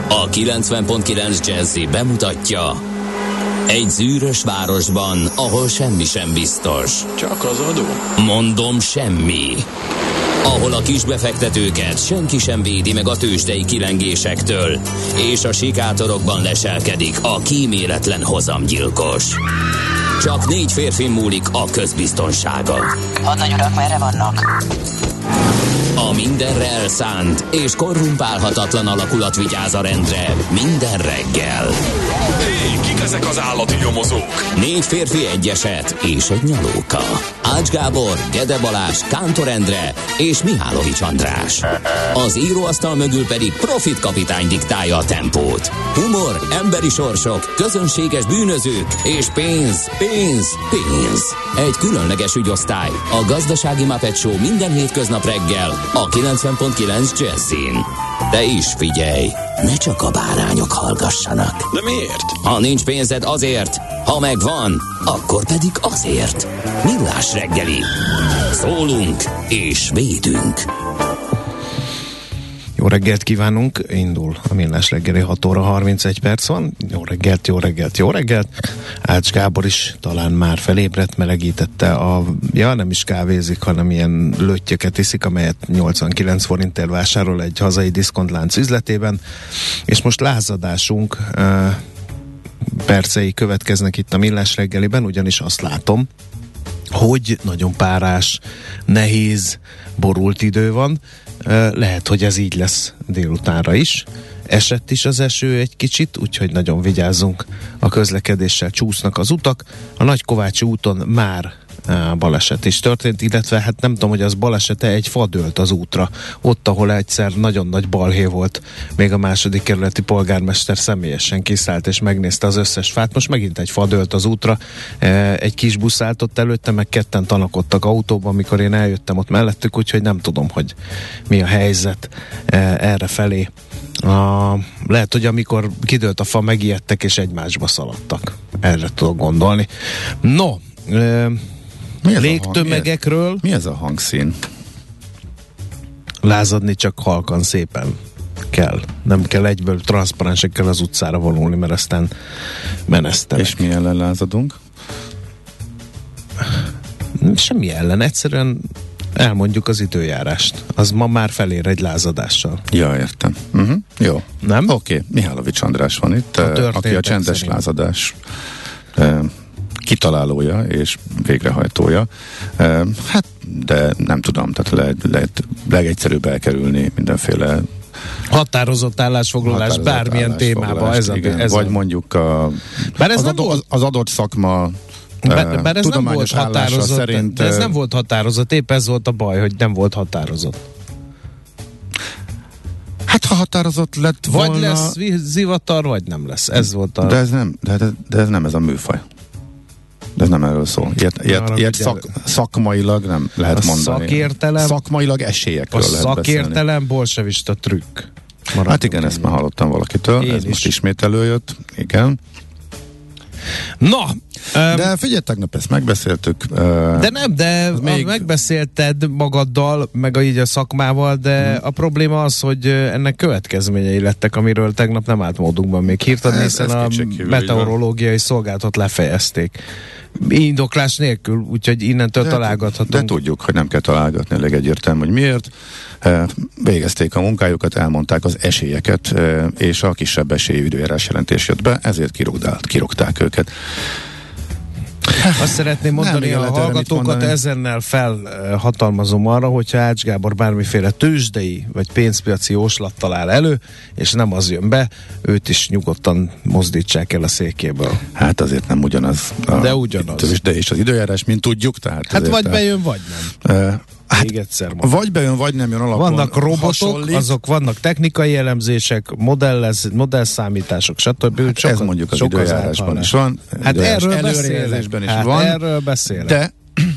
A 90.9 Jazzy bemutatja: egy zűrös városban, ahol semmi sem biztos. Csak az adó? Mondom, semmi. Ahol a kisbefektetőket senki sem védi meg a tőzsdei kilengésektől, és a sikátorokban leselkedik a kíméletlen hozamgyilkos. Csak 4 férfi múlik a közbiztonsága. Hadnagy urak, merre vannak? A mindenre elszánt és korrumpálhatatlan alakulat vigyáz a rendre minden reggel. Hé, kik ezek az állati nyomozók? 4 férfi, egy eset és egy nyalóka. Ács Gábor, Gede Balázs, Kántor Endre és Mihálovics András. Az íróasztal mögül pedig Profit kapitány diktálja a tempót. Humor, emberi sorsok, közönséges bűnözők és pénz, pénz, pénz. Egy különleges ügyosztály, a Gazdasági Muppet Show minden hétköznap reggel a 90.9 Jazzin. De is figyelj, ne csak a bárányok hallgassanak. De miért? Ha nincs pénzed, azért, ha megvan, akkor pedig azért. Millás reggeli. Szólunk és védünk. Jó reggelt kívánunk, indul a Millás reggeli, 6 óra 31 perc van. Jó reggelt, jó reggelt, jó reggelt. Ács Gábor is talán már felébredt, melegítette nem is kávézik, hanem ilyen löttyöket iszik, amelyet 89 forintért vásárol egy hazai diszkontlánc üzletében. És most lázadásunk percei következnek itt a Millás reggeliben, ugyanis azt látom, hogy nagyon párás, nehéz, borult idő van. Lehet, hogy ez így lesz délutánra is. Esett is az eső egy kicsit, úgyhogy nagyon vigyázzunk a közlekedéssel, csúsznak az utak. A Nagykovácsi úton már baleset is történt, illetve hát nem tudom, hogy az balesete, egy fa dőlt az útra. Ott, ahol egyszer nagyon nagy balhé volt, még a második kerületi polgármester személyesen kiszállt és megnézte az összes fát. Most megint egy fa dőlt az útra, egy kis busz állt ott előtte, meg ketten tanakodtak autóban, amikor én eljöttem ott mellettük, úgyhogy nem tudom, hogy mi a helyzet erre felé. Lehet, hogy amikor kidőlt a fa, megijedtek és egymásba szaladtak. Erre tudok gondolni. No, légtömegekről. Mi ez a hangszín? Lázadni csak halkan, szépen kell. Nem kell egyből transzparensekkel az utcára vonulni, mert aztán menesztenek. És mi ellen lázadunk? Semmi ellen, egyszerűen elmondjuk az időjárást. Az ma már felér egy lázadással. Ja, értem. Jó. Nem? Oké. Mihálovics András van itt, aki a csendes szerint lázadás kitalálója és végrehajtója. Hát, de nem tudom, tehát lehet legegyszerűbb elkerülni mindenféle határozott állásfoglalás bármilyen témába. Vagy mondjuk az adott szakma bár ez nem volt határozott, szerint, de ez nem volt határozott, épp ez volt a baj, hogy nem volt határozott. Hát ha határozott lett volna... Vagy lesz zivatar, vagy nem lesz. Ez volt a... De ez nem ez a műfaj. De ez nem erről szól. Ilyet szakmailag nem lehet mondani. Szakértelem, szakmailag esélyekről lehet beszélni. Szakértelem, bolsevista trükk. Hát igen, ezt már hallottam valakitől. Ez most ismét előjött. Igen. Na! De figyelj, tegnap ezt megbeszéltük. De megbeszélted magaddal, meg így a szakmával, de a probléma az, hogy ennek következményei lettek, amiről tegnap nem állt módunkban még hírt adni, hiszen a meteorológiai szolgálatot lefejezték. Indoklás nélkül, úgyhogy innentől találgathatunk. De tudjuk, hogy nem kell találgatni, elég egyértelmű, hogy miért. Végezték a munkájukat, elmondták az esélyeket, és a kisebb esélyű időjárás jelentés jött be, ezért kirúgták őket. Azt szeretném mondani a hallgatókat, ezennel felhatalmazom arra, hogyha Ács Gábor bármiféle tőzsdei vagy pénzpiaci jóslattal áll elő, és nem az jön be, őt is nyugodtan mozdítsák el a székéből. Hát azért nem ugyanaz de ugyanaz. Tőzsde és az időjárás, mint tudjuk. Tehát hát vagy bejön, vagy nem. Még egyszer mondom. Vagy bejön, vagy nem jön alapon. Vannak robotok, azok vannak technikai elemzések, modellszámítások, stb. Ez mondjuk az időjárásban is van. Hát erről beszélek.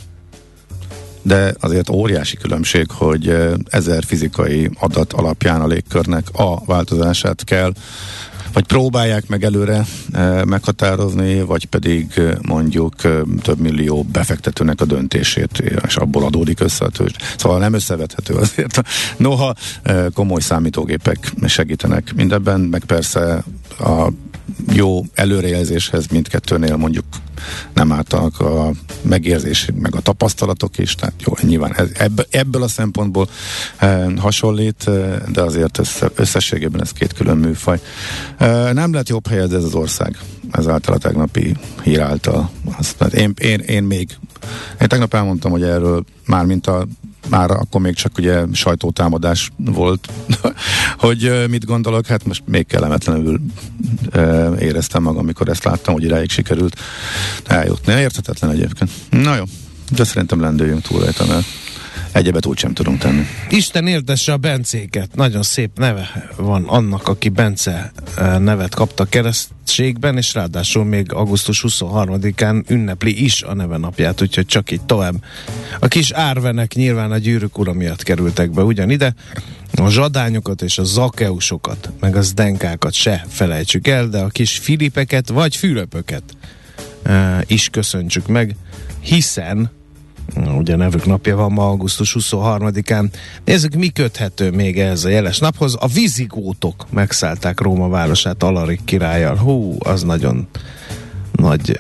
De azért óriási különbség, hogy 1000 fizikai adat alapján a légkörnek a változását kell vagy próbálják meg előre meghatározni, vagy pedig mondjuk több millió befektetőnek a döntését, és abból adódik össze a tőzsde. Szóval nem összevethető azért. Noha komoly számítógépek segítenek mindebben, meg persze a jó előrejelzéshez mindkettőnél mondjuk nem álltak a megérzés, meg a tapasztalatok is, tehát jó, nyilván ebből a szempontból hasonlít, de azért összességében ez két külön műfaj. Nem lett jobb helyed ez az ország, ezáltal a tegnapi hír által. Én tegnap elmondtam, hogy erről már akkor még csak ugye sajtótámadás volt, hogy mit gondolok, hát most még kellemetlenül éreztem magam, amikor ezt láttam, hogy idáig sikerült eljutni. Érthetetlen egyébként. Na jó, de szerintem lendüljünk túl rajta, mert egyebet úgy sem tudunk tenni. Isten érdesse a Bencéket. Nagyon szép neve van annak, aki Bence nevet kapta keresztségben, és ráadásul még augusztus 23-án ünnepli is a neve napját, úgyhogy csak így tovább. A kis árvenek nyilván a Gyűrűk ura miatt kerültek be ugyanide. A zsadányokat és a zakeusokat, meg a zdenkákat se felejtsük el, de a kis Filipeket vagy Fülöpöket is köszöntsük meg, hiszen ugye nevük napja van ma, augusztus 23-án. Nézzük, mi köthető még ehhez a jeles naphoz. A vizigótok megszállták Róma városát Alarik királlyal. Hú, az nagyon nagy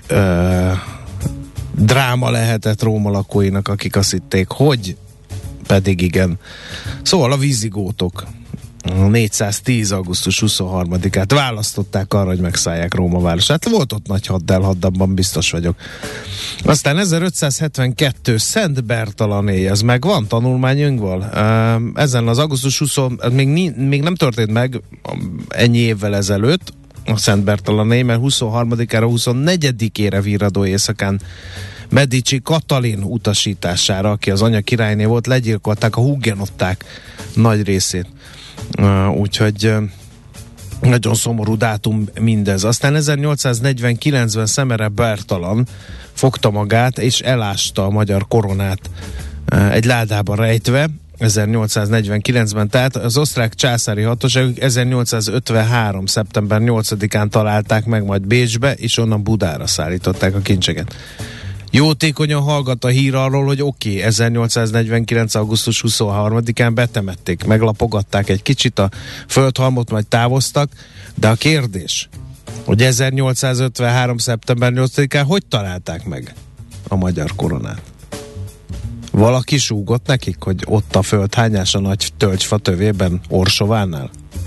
dráma lehetett Róma lakóinak, akik azt hitték, hogy pedig igen. Szóval a vizigótok 410. augusztus 23-át választották arra, hogy megszállják Róma városát. Volt ott nagy hadd, abban biztos vagyok. Aztán 1572. Szent Bertalané, ez megvan tanulmányunkból. Ezen az augusztus 20, még nem történt meg ennyi évvel ezelőtt a Szent Bertalané, mert 23-ára, 24-ére virradó éjszakán Medici Katalin utasítására, aki az anya királyné volt, legyilkolták a hugenották nagy részét. Úgyhogy nagyon szomorú dátum mindez. Aztán 1849-ben Szemere Bertalan fogta magát és elásta a magyar koronát egy ládába rejtve 1849-ben, tehát az osztrák császári hatóságok 1853. szeptember 8-án találták meg, majd Bécsbe, és onnan Budára szállították a kincseket. Jótékonyan hallgat a hír arról, hogy oké, 1849. augusztus 23-án betemették, meglapogatták egy kicsit a földhalmot, majd távoztak, de a kérdés, hogy 1853. szeptember 8-án hogy találták meg a magyar koronát? Valaki súgott nekik, hogy ott a földhányás a nagy tölgyfa tövében Orsovánál?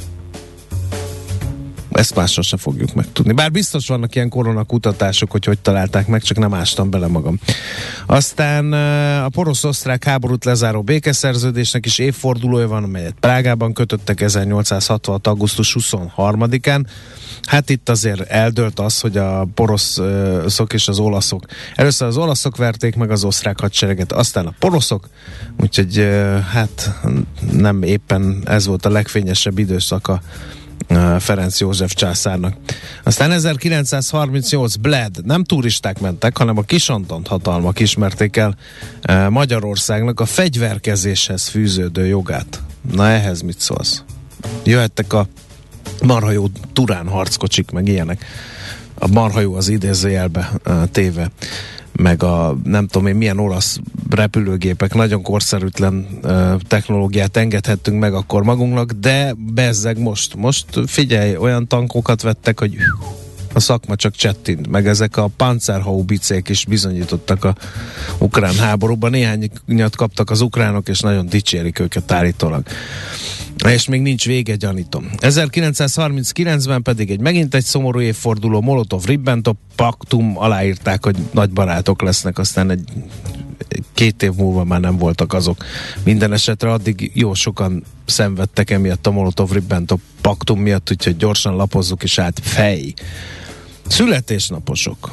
Ezt máshol sem fogjuk megtudni. Bár biztos vannak ilyen koronakutatások, hogy találták meg, csak nem ástam bele magam. Aztán a porosz-osztrák háborút lezáró békeszerződésnek is évfordulója van, amelyet Prágában kötöttek 1866. augusztus 23-án. Hát itt azért eldőlt az, hogy a poroszok és az olaszok. Először az olaszok verték meg az osztrák hadsereget, aztán a poroszok, úgyhogy hát nem éppen ez volt a legfényesebb időszaka Ferenc József császárnak. Aztán 1938 Bled, nem turisták mentek, hanem a Kis-Antont hatalmak ismerték el Magyarországnak a fegyverkezéshez fűződő jogát. Na ehhez mit szólsz? Jöhettek a marhajó turán harckocsik, meg ilyenek. A marhajó az idézőjelbe téve, meg a nem tudom én milyen olasz repülőgépek, nagyon korszerűtlen technológiát engedhettünk meg akkor magunknak, de bezzeg most figyelj, olyan tankokat vettek, hogy a szakma csak csettint, meg ezek a panzerhaubicék is bizonyítottak a ukrán háborúban, néhányat kaptak az ukránok, és nagyon dicsérik őket állítólag. És még nincs vége, gyanítom. 1939-ben pedig megint egy szomorú évforduló, Molotov-Ribbentrop paktum, aláírták, hogy nagy barátok lesznek, aztán 2 év múlva már nem voltak azok. Minden esetre addig jó sokan szenvedtek emiatt a Molotov-Ribbentrop paktum miatt, úgyhogy gyorsan lapozzuk is át. Fej! Születésnaposok.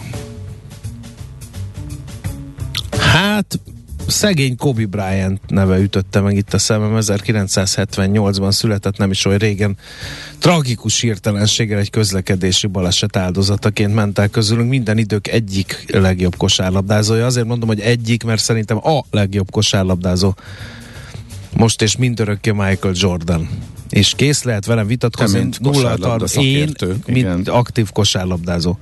Hát szegény Kobe Bryant neve ütötte meg itt a szemem, 1978-ban született, nem is olyan régen. Tragikus hirtelenséggel egy közlekedési baleset áldozataként ment el közülünk, minden idők egyik legjobb kosárlabdázója. Azért mondom, hogy egyik, mert szerintem a legjobb kosárlabdázó most és mindörökké Michael Jordan. és kész, lehet velem vitatkozni. Mint kosárlabda szakértő. Mint aktív kosárlabdázó.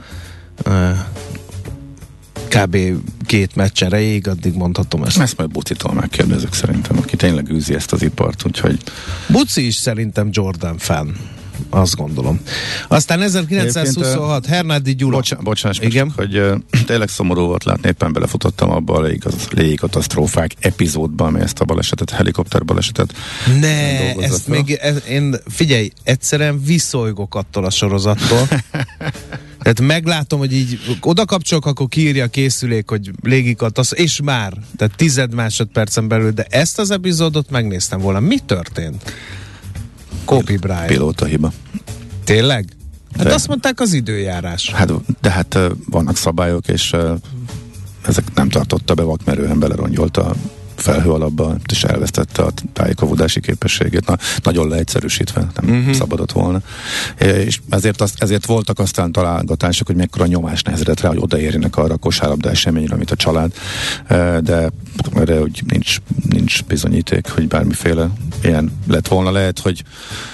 Kb. 2 meccs erejéig, addig mondhatom ezt. Ezt majd Bucitól megkérdezek szerintem, aki tényleg űzi ezt az ipart, úgyhogy... Buci is szerintem Jordan fan. Azt gondolom. Aztán 1926, Hernádi Gyula. Bocsáss meg, hogy tényleg szomorú volt látni, éppen belefutottam abba a légikatasztrófák epizódba, ami ezt a balesetet, helikopter balesetet. Ne, ezt még, én figyelj, egyszerűen viszolygok attól a sorozattól. Tehát meglátom, hogy így oda kapcsolok, akkor kiírja a készülék, hogy légikatasztrófa, és már, tehát 10 másodpercen belül, de ezt az epizódot megnéztem volna. Mi történt? Kobe Bryant. Pilóta hiba. Tényleg? Hát De. azt mondták, az időjárás. Hát vannak szabályok, és ezek nem tartotta be, vakmerően belerongyolta a felhő alapba, és elvesztette a tájékozódási képességét. Nagyon leegyszerűsítve, nem szabadott volna. És ezért voltak aztán találgatások, hogy mekkora nyomás nehezedett rá, hogy odaérjenek arra a kosárlabda eseményre, amit a család, de erre úgy nincs bizonyíték, hogy bármiféle ilyen lett volna. Lehet, hogy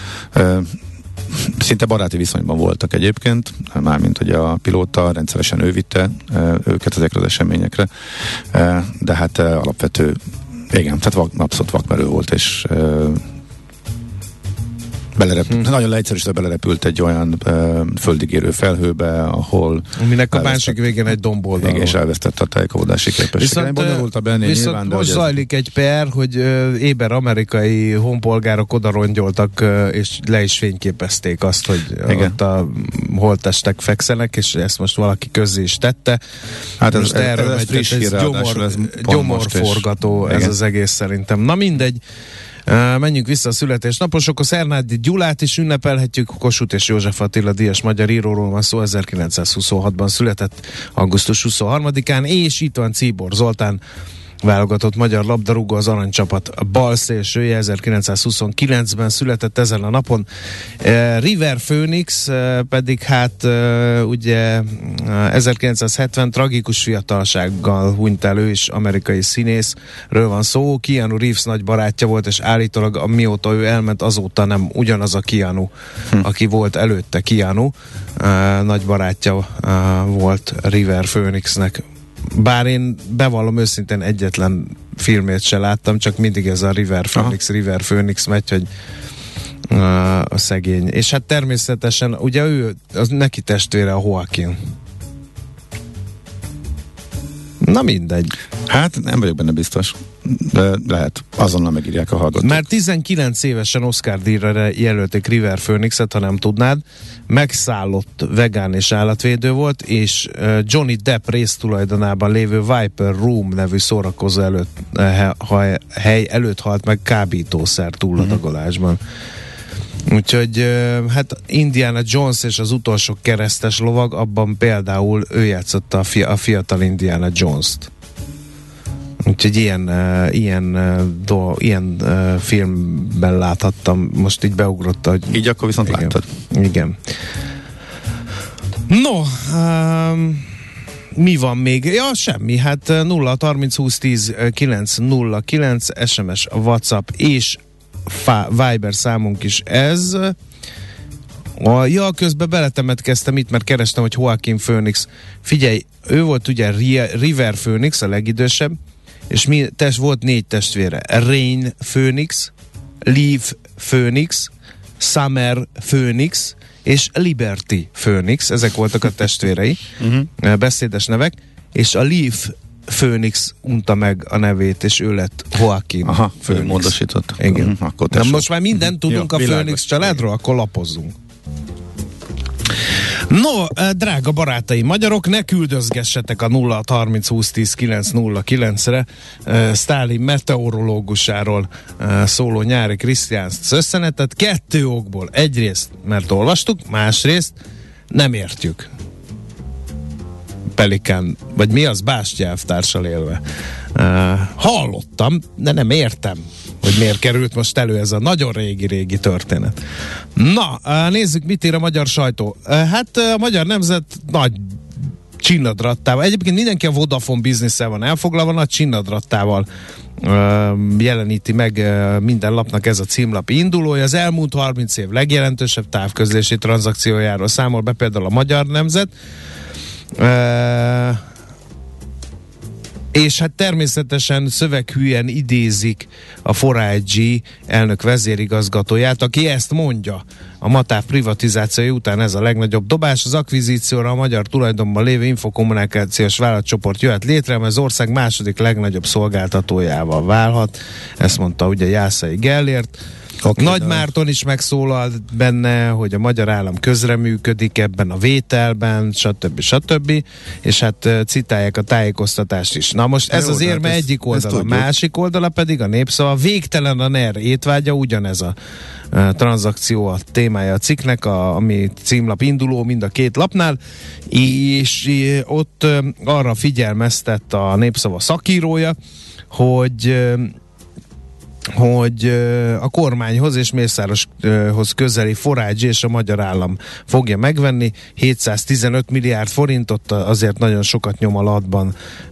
szinte baráti viszonyban voltak egyébként, mármint hogy a pilóta rendszeresen ő vitte őket ezekre az eseményekre, de hát alapvető, igen, tehát abszolút vakmerő volt, és nagyon leegyszerűsítve belerepült egy olyan földigérő felhőbe, ahol aminek a másik végén egy domboldal. És elvesztette a tájékozódási képességet. Viszont most zajlik egy per, hogy éber amerikai honpolgárok odarongyoltak, és le is fényképezték azt, hogy ott a holttestek fekszenek, és ezt most valaki közzé is tette. Hát most erről ez friss hír, gyomorforgató ez az egész szerintem. Na mindegy. Menjünk vissza a születésnaposokhoz. Hernádi Gyulát is ünnepelhetjük. Kossuth és József Attila díjas magyar íróról van szó, 1926-ban született, augusztus 23-án, és itt van Czibor Zoltán, válogatott magyar labdarúgó, az aranycsapat balszélsője, 1929-ben született ezen a napon. River Phoenix pedig hát ugye 1970 tragikus fiatalsággal hunyt el, ő is amerikai színészről van szó. Keanu Reeves nagy barátja volt, és állítólag amióta ő elment, azóta nem ugyanaz a Keanu, aki volt előtte Keanu. Nagy barátja volt River Phoenixnek. Bár én bevallom őszintén, egyetlen filmét se láttam, csak mindig ez a River Phoenix megy, hogy a szegény. És hát természetesen, ugye ő, az neki testvére a Joaquin. Na mindegy. Hát nem vagyok benne biztos, de lehet, azonnal megírják a hallgatók. Már 19 évesen Oscar-díjra jelölték River Phoenixet, ha nem tudnád. Megszállott vegán és állatvédő volt, és Johnny Depp résztulajdonában lévő Viper Room nevű szórakozó hely előtt halt meg kábítószer túladagolásban. Úgyhogy hát Indiana Jones és az utolsó keresztes lovag, abban például ő játszotta a fiatal Indiana Jones-t. Úgyhogy ilyen filmben láthattam, most így beugrott, hogy... Így akkor viszont igen, láttad. Igen. No, mi van még? Ja, semmi, hát 0 30 20 10 909 SMS, WhatsApp és Viber számunk is ez. Közben beletemetkeztem itt, mert kerestem, hogy Joaquin Phoenix. Figyelj, ő volt ugye River Phoenix, a legidősebb, és volt 4 testvére. Rain Phoenix, Leaf Phoenix, Summer Phoenix és Liberty Phoenix. Ezek voltak a testvérei. Beszédes nevek. És a Leaf Phoenix unta meg a nevét, és ő lett Joaquin Phoenix. Módosított. Igen. Akkor na, most már mindent tudunk a Phoenix családról, akkor lapozzunk. No, drága barátaim, magyarok, ne küldözgessetek a 0 30 20 10 909-re Sztálin meteorológusáról szóló nyári Krisztiánsz szösszenetet 2 okból. Egyrészt, mert olvastuk, másrészt nem értjük. Pelikán, vagy mi az, Bástyá elvtársal élve. Hallottam, de nem értem, hogy miért került most elő ez a nagyon régi történet. Na, nézzük, mit ír a magyar sajtó. Hát a magyar nemzet nagy csinnadrattával, egyébként mindenki a Vodafone biznisszel van elfoglalva, nagy csinnadrattával jeleníti meg minden lapnak ez a címlapi indulója. Az elmúlt 30 év legjelentősebb távközlési tranzakciójáról számol be például a Magyar Nemzet. És hát természetesen szöveghűen idézik a 4iG elnök vezérigazgatóját, aki ezt mondja. A MATÁV privatizációja után ez a legnagyobb dobás. Az akvizícióra a magyar tulajdonban lévő infokommunikációs vállalatcsoport jöhet létre, amely az ország második legnagyobb szolgáltatójával válhat. Ezt mondta ugye Jászai Gellért. Nagy Márton is megszólalt benne, hogy a magyar állam közreműködik ebben a vételben, stb. És hát citálják a tájékoztatást is. Na most ez az érme egyik oldala, másik oldala pedig a Népszava. Végtelen a NER étvágya, ugyanez a tranzakció a témája a cikknek, ami címlap induló mind a két lapnál, és ott arra figyelmeztett a Népszava szakírója, hogy a kormányhoz és Mészároshoz közeli 4iG és a magyar állam fogja megvenni 715 milliárd forintot, azért nagyon sokat nyom a latban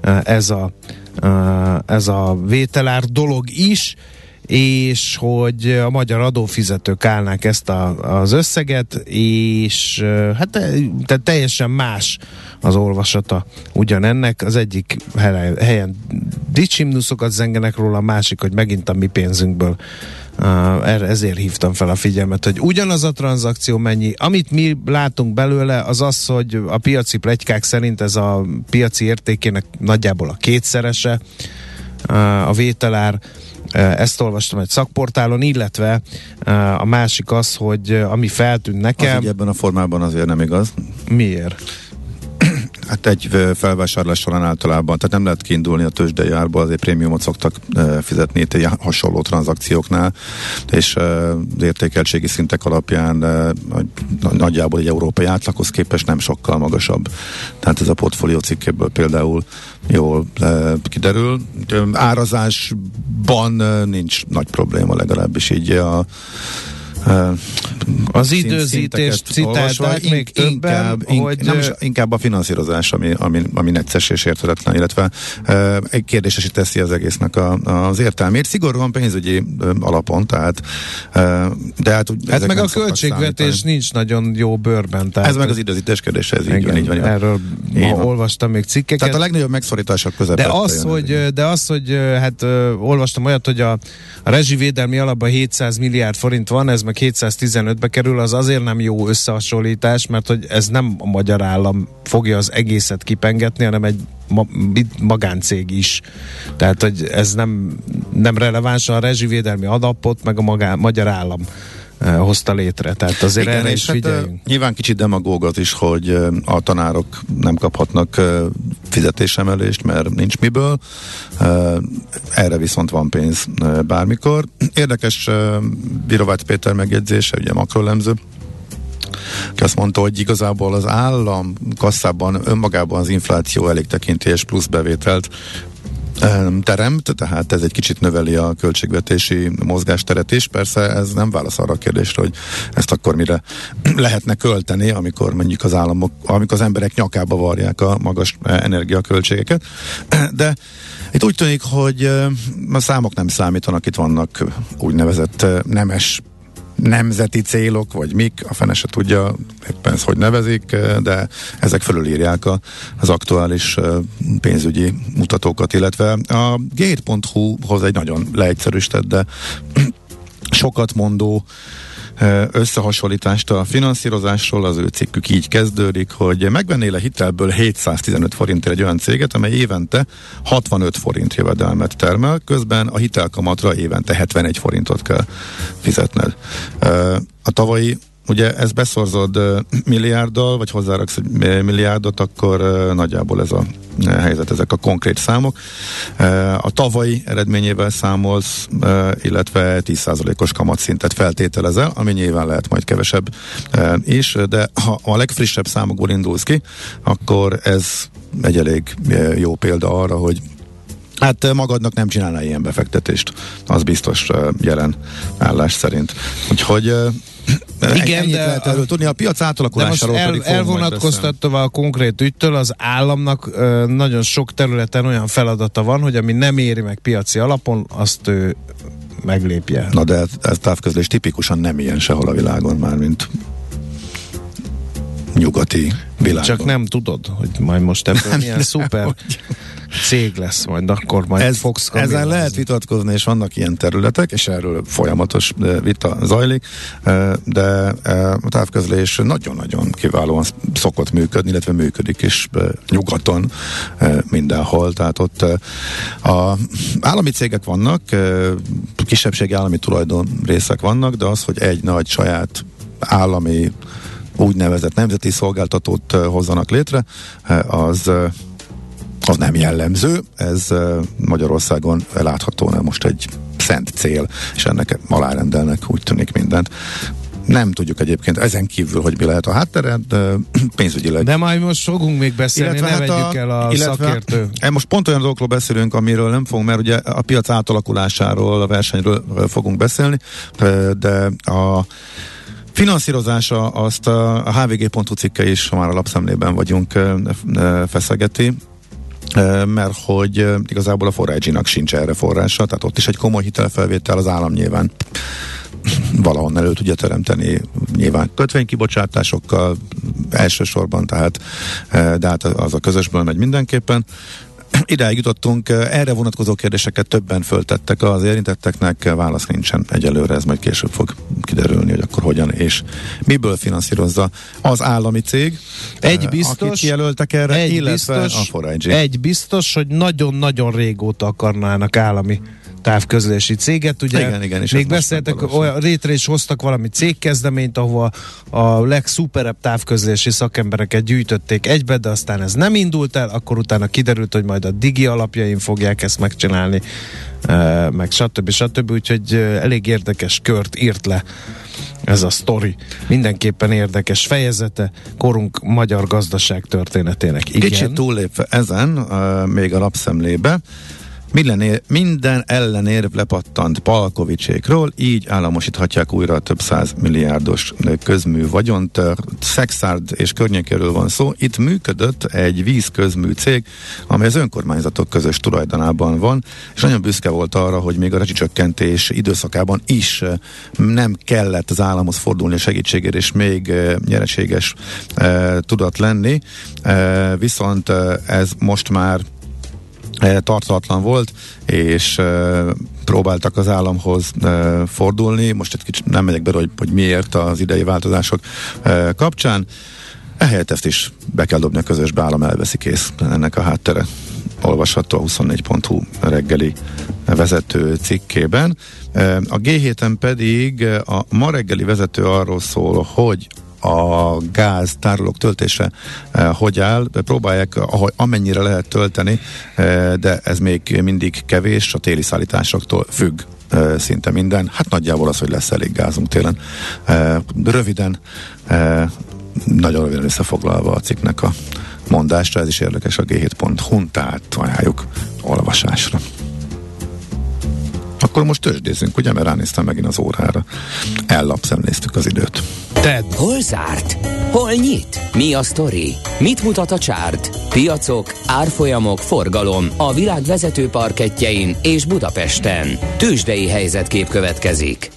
ez a vételár dolog is, és hogy a magyar adófizetők állnák ezt az összeget, és hát tehát teljesen más az olvasata ugyanennek. Az egyik helyen dicsimnuszokat zengenek róla, a másik, hogy megint a mi pénzünkből. Ezért hívtam fel a figyelmet, hogy ugyanaz a tranzakció mennyi. Amit mi látunk belőle, az az, hogy a piaci pletykák szerint ez a piaci értékének nagyjából a kétszerese a vételár. Ezt olvastam egy szakportálon, illetve a másik az, hogy ami feltűnt nekem... Az ebben a formában azért nem igaz. Miért? Hát egy felvásárlás során általában, tehát nem lehet kiindulni a tőzsdei árból, azért prémiumot szoktak fizetni itt egy hasonló tranzakcióknál, és az értékeltségi szintek alapján nagyjából egy európai átlaghoz képest nem sokkal magasabb. Tehát ez a portfólió cikkéből például jól kiderül. Árazásban nincs nagy probléma, legalábbis így az időzítést citálták még többen, inkább a finanszírozás, ami necces és érthetetlen, illetve egy kérdésesi teszi az egésznek az értelmét. Szigorúan pénzügyi alapon, tehát de hát meg a költségvetés nincs nagyon jó bőrben. Tehát ez meg az időzítés kérdése, ez így van. Erről olvastam még cikkeket. Tehát a legnagyobb megszorítások közepette. De az, hogy hát olvastam olyat, hogy a rezsivédelmi alapban 700 milliárd forint van, ez meg 715-be kerül, az azért nem jó összehasonlítás, mert hogy ez nem a magyar állam fogja az egészet kipengetni, hanem egy magáncég is. Tehát, hogy ez nem releváns, a rezsivédelmi alapot meg a magyar állam hozta létre. Tehát azért erre is figyeljünk. Hát, nyilván kicsit demagóg is, hogy a tanárok nem kaphatnak fizetésemelést, mert nincs miből. Erre viszont van pénz bármikor. Érdekes Birovácz Péter megjegyzése, ugye makroelemző, aki azt mondta, hogy igazából az állam kasszában önmagában az infláció elég tekintélyes plusz bevételt teremt, tehát ez egy kicsit növeli a költségvetési mozgásteret is. Persze ez nem válasz arra a kérdésre, hogy ezt akkor mire lehetne költeni, amikor mondjuk az államok, amikor az emberek nyakába varják a magas energiaköltségeket. De itt úgy tűnik, hogy a számok nem számítanak, itt vannak úgynevezett nemzeti célok, vagy mik, a fene se tudja éppen ezt hogy nevezik, de ezek fölülírják az aktuális pénzügyi mutatókat, illetve a Gate.hu-hoz egy nagyon leegyszerűsített, de sokat mondó összehasonlítást a finanszírozásról, az ő cikkük így kezdődik, hogy megvennél a hitelből 715 forintért egy olyan céget, amely évente 65 forint jövedelmet termel, közben a hitelkamatra évente 71 forintot kell fizetned. A tavalyi, ugye ezt beszorozod milliárddal, vagy hozzáraksz egy milliárdot, akkor nagyjából ez a helyzet, ezek a konkrét számok. A tavalyi eredményével számolsz, illetve 10%-os kamatszintet feltételezel, ami nyilván lehet majd kevesebb is, de ha a legfrissebb számokból indulsz ki, akkor ez egy elég jó példa arra, hogy hát magadnak nem csinálnál ilyen befektetést, az biztos jelen állás szerint. Úgyhogy Igen, de lehet erről tudni. A piac átalakulásáról pedig elvonatkoztatva a konkrét ügytől, az államnak nagyon sok területen olyan feladata van, hogy ami nem éri meg piaci alapon, azt ő meglépje. Na de ez távközlés tipikusan nem ilyen sehol a világon már, mint nyugati világon. Csak nem tudod, hogy majd most ebből milyen szuper cég lesz majd, akkor majd fogsz kamilyozni. Ezen lehet vitatkozni, és vannak ilyen területek, és erről folyamatos vita zajlik, de a távközlés nagyon-nagyon kiválóan szokott működni, illetve működik is nyugaton mindenhol, tehát ott a állami cégek vannak, kisebbségi állami tulajdon részek vannak, de az, hogy egy nagy saját állami úgynevezett nemzeti szolgáltatót hozzanak létre, az nem jellemző, ez Magyarországon látható, nem most egy szent cél, és ennek alárendelnek, úgy tűnik mindent. Nem tudjuk egyébként ezen kívül, hogy mi lehet a háttere, de pénzügyileg. De majd most fogunk még beszélni, ne vegyük el a szakértő. Most pont olyan dolgokról beszélünk, amiről nem fogunk, mert ugye a piac átalakulásáról, a versenyről fogunk beszélni, de a finanszírozása azt a hvg.hu cikke is, ha már a lapszemlében vagyunk, feszegeti, mert hogy igazából a 4G-nak sincs erre forrása, tehát ott is egy komoly hitelfelvétel, az állam nyilván valahonnan elő tudja teremteni, nyilván kötvénykibocsátásokkal elsősorban, tehát de hát az a közösből megy mindenképpen. Idáig jutottunk, erre vonatkozó kérdéseket többen föltettek az érintetteknek, válasz nincsen egyelőre, ez majd később fog kiderülni, hogy akkor hogyan és miből finanszírozza az állami cég, akit jelöltek erre, illetve a 4G. Egy biztos, hogy nagyon-nagyon régóta akarnának állami távközlési céget, ugye igen, és még beszéltek, olyan rétre is hoztak valami cégkezdeményt, ahova a legszuperebb távközlési szakembereket gyűjtötték egybe, de aztán ez nem indult el, akkor utána kiderült, hogy majd a Digi alapjain fogják ezt megcsinálni, meg stb. Úgyhogy elég érdekes kört írt le ez a sztori. Mindenképpen érdekes fejezete korunk magyar gazdaság történetének. Igen. Kicsit túllépve ezen, még a lapszemlébe, minden ellenérv lepattant Palkovicsékról, így államosíthatják újra a több 100 milliárdos közmű vagyont. Szexárd és környékéről van szó. Itt működött egy vízközmű cég, amely az önkormányzatok közös tulajdonában van, és nagyon büszke volt arra, hogy még a rezsicsökkentés időszakában is nem kellett az államhoz fordulni a segítségért, és még nyereséges tudott lenni. Viszont ez most már tartalatlan volt, és próbáltak az államhoz fordulni. Most egy kicsit nem megyek bele, hogy miért az idei változások kapcsán. Ehelyett ezt is be kell dobni a közösbe, állam elveszi, kész. Ennek a háttere olvasható a 24.hu reggeli vezető cikkében. A G7-en pedig a ma reggeli vezető arról szól, hogy a gáz tárolók töltése hogy áll, próbálják amennyire lehet tölteni, de ez még mindig kevés, a téli szállításoktól függ szinte minden. Hát nagyjából az, hogy lesz elég gázunk télen. Röviden, nagyon röviden összefoglalva a cikknek a mondásra, ez is érdekes a g7.hu-n, tehát ajánljuk olvasásra. Akkor most tőzsdézzünk, ugye, mert ránéztem megint az órára. Ellapszemléztük az időt. Ted, hol zárt? Hol nyit? Mi a sztori? Mit mutat a csárt? Piacok, árfolyamok, forgalom a világ vezető parkettjein és Budapesten. Tőzsdei helyzetkép következik.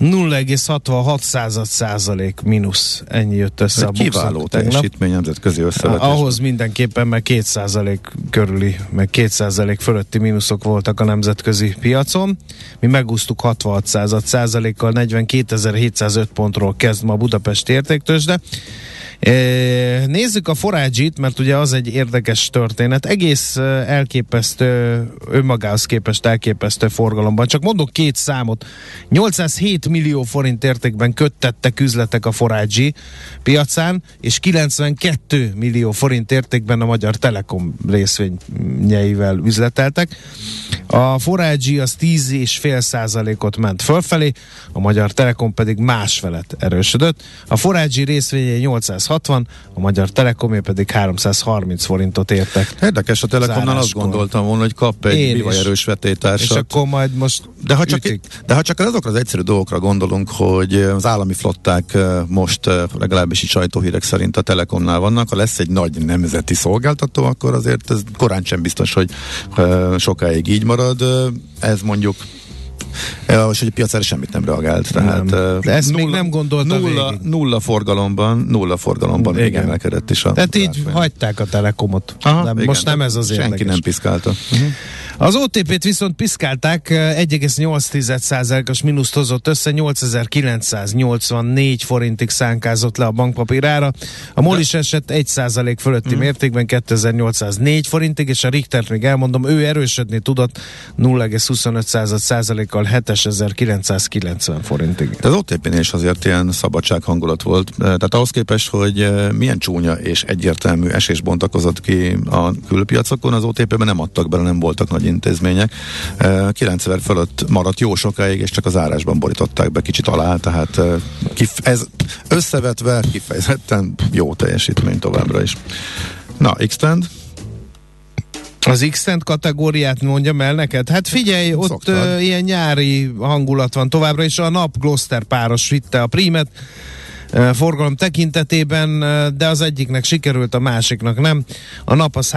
0,66% mínusz. Ennyi jött össze a boxnak. Kiváló teljesítmény, nemzetközi összevetés. Ahhoz mindenképpen, meg 2% körüli, meg 2% fölötti mínuszok voltak a nemzetközi piacon. Mi megúsztuk 66%-kal, 42.705 pontról kezd ma a Budapesti értéktőzsde. Nézzük a 4G-t, mert ugye az egy érdekes történet. Egész elképesztő, önmagához képest elképesztő forgalomban. Csak mondok két számot. 807 millió forint értékben köttettek üzletek a 4G piacán, és 92 millió forint értékben a Magyar Telekom részvényeivel üzleteltek. A 4G az 10,5%-ot ment fölfelé, a Magyar Telekom pedig más felett erősödött. A 4G részvényei 860, a Magyar Telekomé pedig 330 forintot értek. Érdekes, a Telekomnál azt gondoltam volna, hogy kap egy bivaj erős vetélytársat. És akkor majd most de ha csak azokra az egyszerű dolgokra gondolunk, hogy az állami flották most legalábbis így sajtóhírek szerint a Telekomnál vannak, ha lesz egy nagy nemzeti szolgáltató, akkor azért ez korán sem biztos, hogy sokáig így marad. Ez mondjuk és hogy a piacára semmit nem reagált. Tehát, de ezt még nem gondolta végig. Nulla forgalomban még emelkedett is. Tehát így hagyták a Telekomot. Aha, most nem ez az érdekes. Senki nem piszkálta. Az OTP-t viszont piszkálták, 1,8%-os mínuszt hozott össze, 8984 forintig szánkázott le a bankpapírára. A MOL is esett 1% fölötti mértékben 2804 forintig, és a Richtert még elmondom, ő erősödni tudott 0,25%-kal 7990 forintig. De az OTP-nél is azért ilyen szabadság hangulat volt. Tehát ahhoz képest, hogy milyen csúnya és egyértelmű esés bontakozott ki a külpiacokon, az OTP-ben nem adtak bele, nem voltak nagy intézmények. 9000 fölött maradt jó sokáig, és csak az árásban borították be kicsit alá, tehát ez összevetve kifejezetten jó teljesítmény továbbra is. Na, X-Tend? Az X-Tend kategóriát mondjam el neked? Hát figyelj, ott ilyen nyári hangulat van továbbra, és a nap Gloster páros vitte a prímet forgalom tekintetében, de az egyiknek sikerült, a másiknak nem. A nap az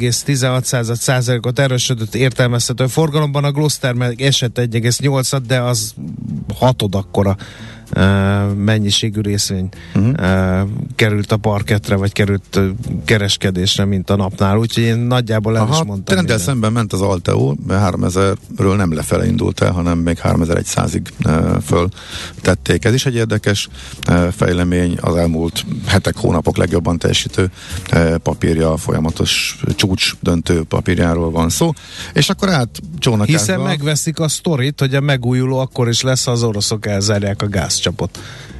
3,16%-ot erősödött értelmezhető forgalomban, a Gloster meg esett 1,8-at, de az hatod akkora mennyiségű részvény került a parkettre, vagy került kereskedésre, mint a napnál, úgyhogy én nagyjából el is mondtam. Trenddel szemben ment az Alteo, 3000-ről nem lefele indult el, hanem még 3100-ig föl tették. Ez is egy érdekes fejlemény, az elmúlt hetek, hónapok legjobban teljesítő papírja, folyamatos csúcs döntő papírjáról van szó. És akkor átcsónakázva. Hiszen megveszik a sztorit, hogy a megújuló akkor is lesz, ha az oroszok elzárják a gázcsapot.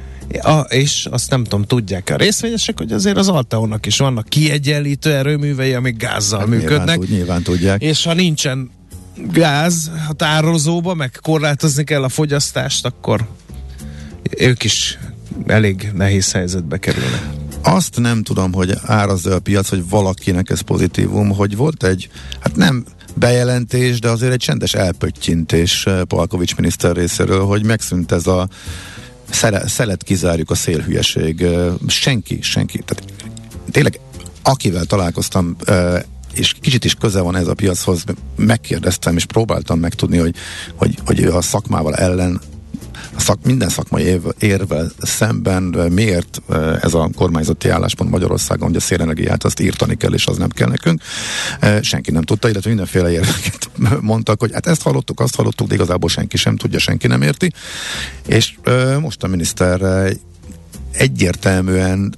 És azt nem tudom, tudják a részvényesek, hogy azért az Alteónak is vannak kiegyenlítő erőművei, amik gázzal működnek. Nyilván tudják. És ha nincsen gáz a tározóba, meg korlátozni kell a fogyasztást, akkor ők is elég nehéz helyzetbe kerülnek. Azt nem tudom, hogy árazza a piac, hogy valakinek ez pozitívum, hogy volt egy, hát nem bejelentés, de azért egy csendes elpöttyintés Palkovics miniszter részéről, hogy megszűnt ez a szelet kizárjuk a szélhülyeség. Senki. Tehát tényleg akivel találkoztam, és kicsit is köze van ez a piachoz, megkérdeztem és próbáltam megtudni, hogy a szakmával ellen minden szakmai érvel szemben miért ez a kormányzati álláspont Magyarországon, hogy a szélenergiát azt írtani kell, és az nem kell nekünk. Senki nem tudta, illetve mindenféle érveket mondtak, hogy hát ezt hallottuk, azt hallottuk, de igazából senki sem tudja, senki nem érti. És most a miniszter egyértelműen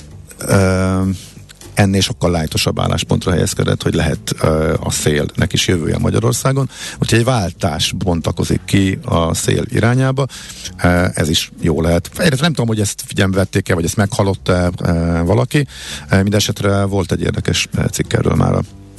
ennél sokkal lájtosabb álláspontra helyezkedett, hogy lehet a szélnek is jövője Magyarországon. Úgyhogy egy váltás bontakozik ki a szél irányába. Ez is jó lehet. Nem tudom, hogy ezt figyelme vették-e, vagy ezt meghallotta valaki. Mindenesetre volt egy érdekes cikk erről már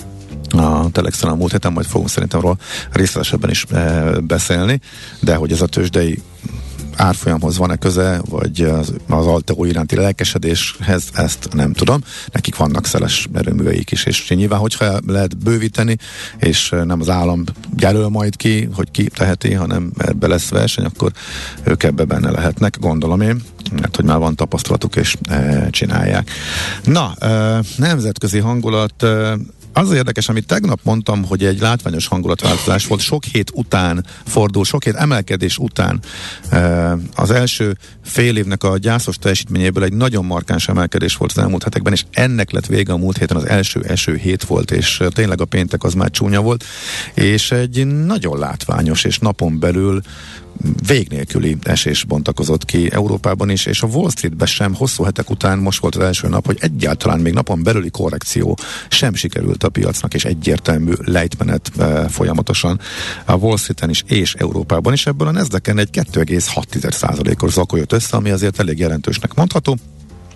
a Telexen a múlt héten, majd fogunk szerintem róla részletesebben is beszélni, de hogy ez a tőzsdei árfolyamhoz van-e köze, vagy az Alteo iránti lelkesedéshez, ezt nem tudom. Nekik vannak szeles erőműveik is, és nyilván, hogyha lehet bővíteni, és nem az állam jelöl majd ki, hogy ki teheti, hanem ebbe lesz verseny, akkor ők ebbe benne lehetnek, gondolom én, mert hogy már van tapasztalatuk, és csinálják. Na, nemzetközi hangulat. Az érdekes, amit tegnap mondtam, hogy egy látványos hangulatváltozás volt, sok hét után fordul, sok hét emelkedés után az első fél évnek a gyászos teljesítményéből egy nagyon markáns emelkedés volt az elmúlt hetekben, és ennek lett vége a múlt héten, az első eső hét volt, és tényleg a péntek az már csúnya volt, és egy nagyon látványos, és napon belül vég nélküli esés bontakozott ki Európában is, és a Wall Streetben sem hosszú hetek után most volt az első nap, hogy egyáltalán még napon belüli korrekció sem sikerült a piacnak, és egyértelmű lejtmenet folyamatosan a Wall Streeten is, és Európában is. Ebből a Nasdaqen egy 2,6%-os zakó jött össze, ami azért elég jelentősnek mondható.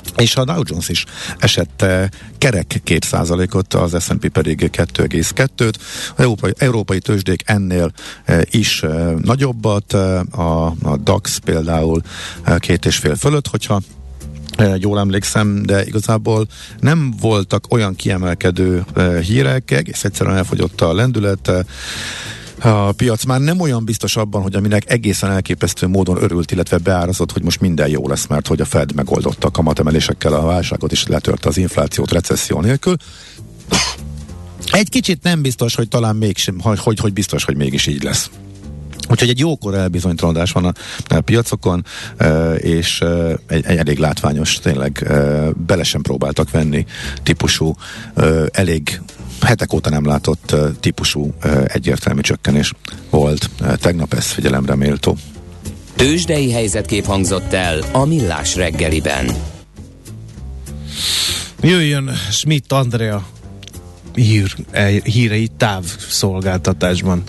és a Dow Jones is esett kerek 2%-ot, az S&P pedig 2,2-t. Európai tőzsdék ennél is nagyobbat, a DAX például 2,5 fölött, hogyha jól emlékszem, de igazából nem voltak olyan kiemelkedő hírek, egész egyszerűen elfogyott a lendület. A piac már nem olyan biztos abban, hogy aminek egészen elképesztő módon örült, illetve beárazott, hogy most minden jó lesz, mert hogy a Fed megoldotta a kamatemelésekkel a válságot, és letörte az inflációt recesszió nélkül. Egy kicsit nem biztos, hogy talán mégsem, hogy biztos, hogy mégis így lesz. Úgyhogy egy jókor elbizonytalanodás van a piacokon, és egy elég látványos, tényleg bele sem próbáltak venni típusú, elég hetek óta nem látott típusú egyértelmű csökkenés volt. Tegnap ez figyelemre méltó. Tőzsdei helyzetkép hangzott el a Millás reggeliben. Jöjjön Schmidt Andrea hírei távszolgáltatásban.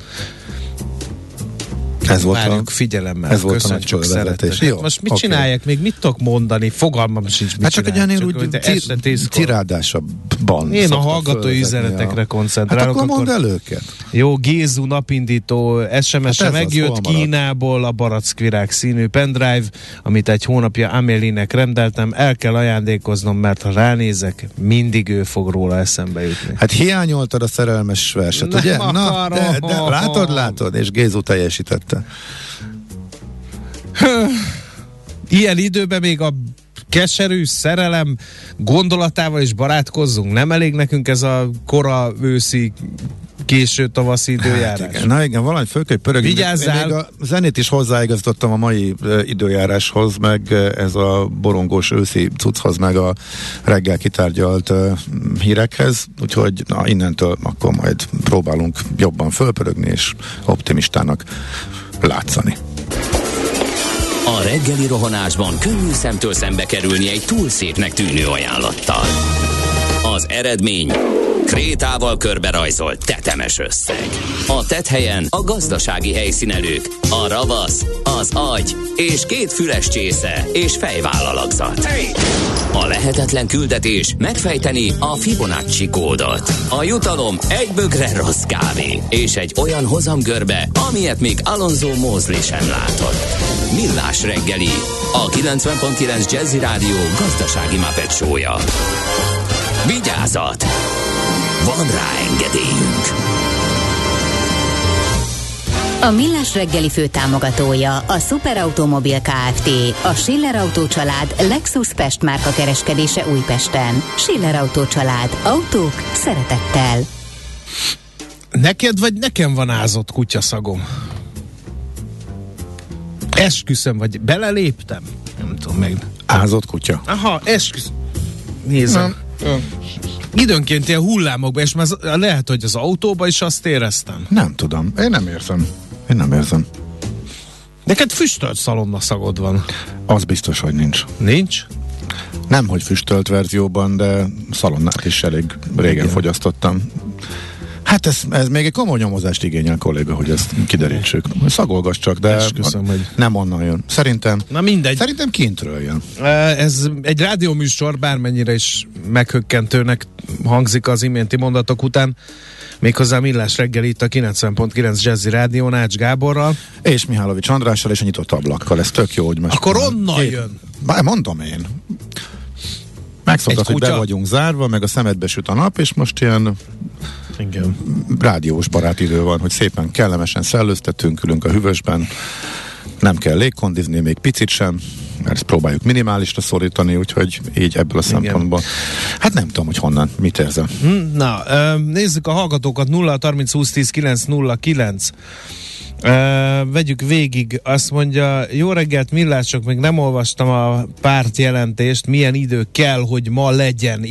Ez volt várjuk figyelemmel. Ez volt a nagy fölvezetés. Hát most mit csinálják még? Mit tudok mondani? Fogalmam sincs, mit hát csak egy ilyen úgy tirádásabban. Én a hallgatói üzenetekre koncentrálok. Hát akkor mondd el őket. Jó, Gézu napindító SMS-e megjött Kínából a barackvirág színű pendrive, amit egy hónapja Amélie-nek rendeltem. El kell ajándékoznom, mert ha ránézek, mindig ő fog róla eszembe jutni. Hát hiányoltad a szerelmes verset, nem ugye? Na, de látod, és Gézu teljesítette. Ilyen időben még a keserű szerelem gondolatával is barátkozzunk? Nem elég nekünk ez a kora őszi, késő tavaszi időjárás? Hát igen. Na igen, valahogy föl kell pörögni. Vigyázzál! Még a zenét is hozzáigazítottam a mai időjáráshoz, meg ez a borongós őszi cucchoz, meg a reggel kitárgyalt hírekhez, úgyhogy innentől akkor majd próbálunk jobban fölpörögni és optimistának látszani. A reggeli rohanásban könnyű szemtől szembe kerülni egy túl szépnek tűnő ajánlattal. Az eredmény krétával körberajzolt tetemes összeg. A tetthelyen a gazdasági helyszínelők, a ravasz, az agy és 2 füles csésze és fejvállalakzat. A lehetetlen küldetés megfejteni a Fibonacci kódot. A jutalom egy bögre rossz kávé és egy olyan hozamgörbe, amilyet még Alonso Mosley sem látott. Millás reggeli, a 90.9 Jazzy Rádió gazdasági Muppet show-ja. Vigyázat! Van rá engedélyünk! A Millás reggeli főtámogatója a Superautomobil Kft. A Schiller Autó család Lexus Pest márka kereskedése Újpesten. Schiller Autó család. Autók szeretettel. Neked vagy nekem van ázott kutyaszagom? Esküszöm, vagy beleléptem? Nem tudom meg. Ázott kutya. Aha, esküszöm. Nézem. Időnként ilyen hullámokban, és már lehet, hogy az autóba is azt éreztem. Nem tudom. Én nem érzem. Neked füstölt szalonna szagod van. Az biztos, hogy nincs. Nincs? Nem, hogy füstölt verzióban, de szalonnát is elég régen fogyasztottam. Hát ez még egy komoly nyomozást igényel, kolléga, hogy ezt kiderítsük. Szagolgass csak, de hogy nem onnan jön. Szerintem kintről jön. Ez egy rádióműsor, bármennyire is meghökkentőnek hangzik az iménti mondatok után, méghozzá Millás reggel itt a 90.9 Jazzy Rádión Ács Gáborral. És Mihálovics Andrással és a nyitott ablakkal. Ez tök jó, hogy most... Akkor onnan jön. Mondom én. Megszoktad, hogy be vagyunk zárva, meg a szemedbe süt a nap, és most ilyen igen, rádiós barátidő van, hogy szépen kellemesen szellőztetünk, ülünk a hűvösben, nem kell légkondizni, még picit sem, mert próbáljuk minimálisra szorítani, úgyhogy így ebből a szempontból. Hát nem tudom, hogy honnan, mit érzem. Na, nézzük a hallgatókat. 0-30-20-10-9-09. Vegyük végig, azt mondja, jó reggelt Millás, csak még nem olvastam a pártjelentést, milyen idő kell, hogy ma legyen,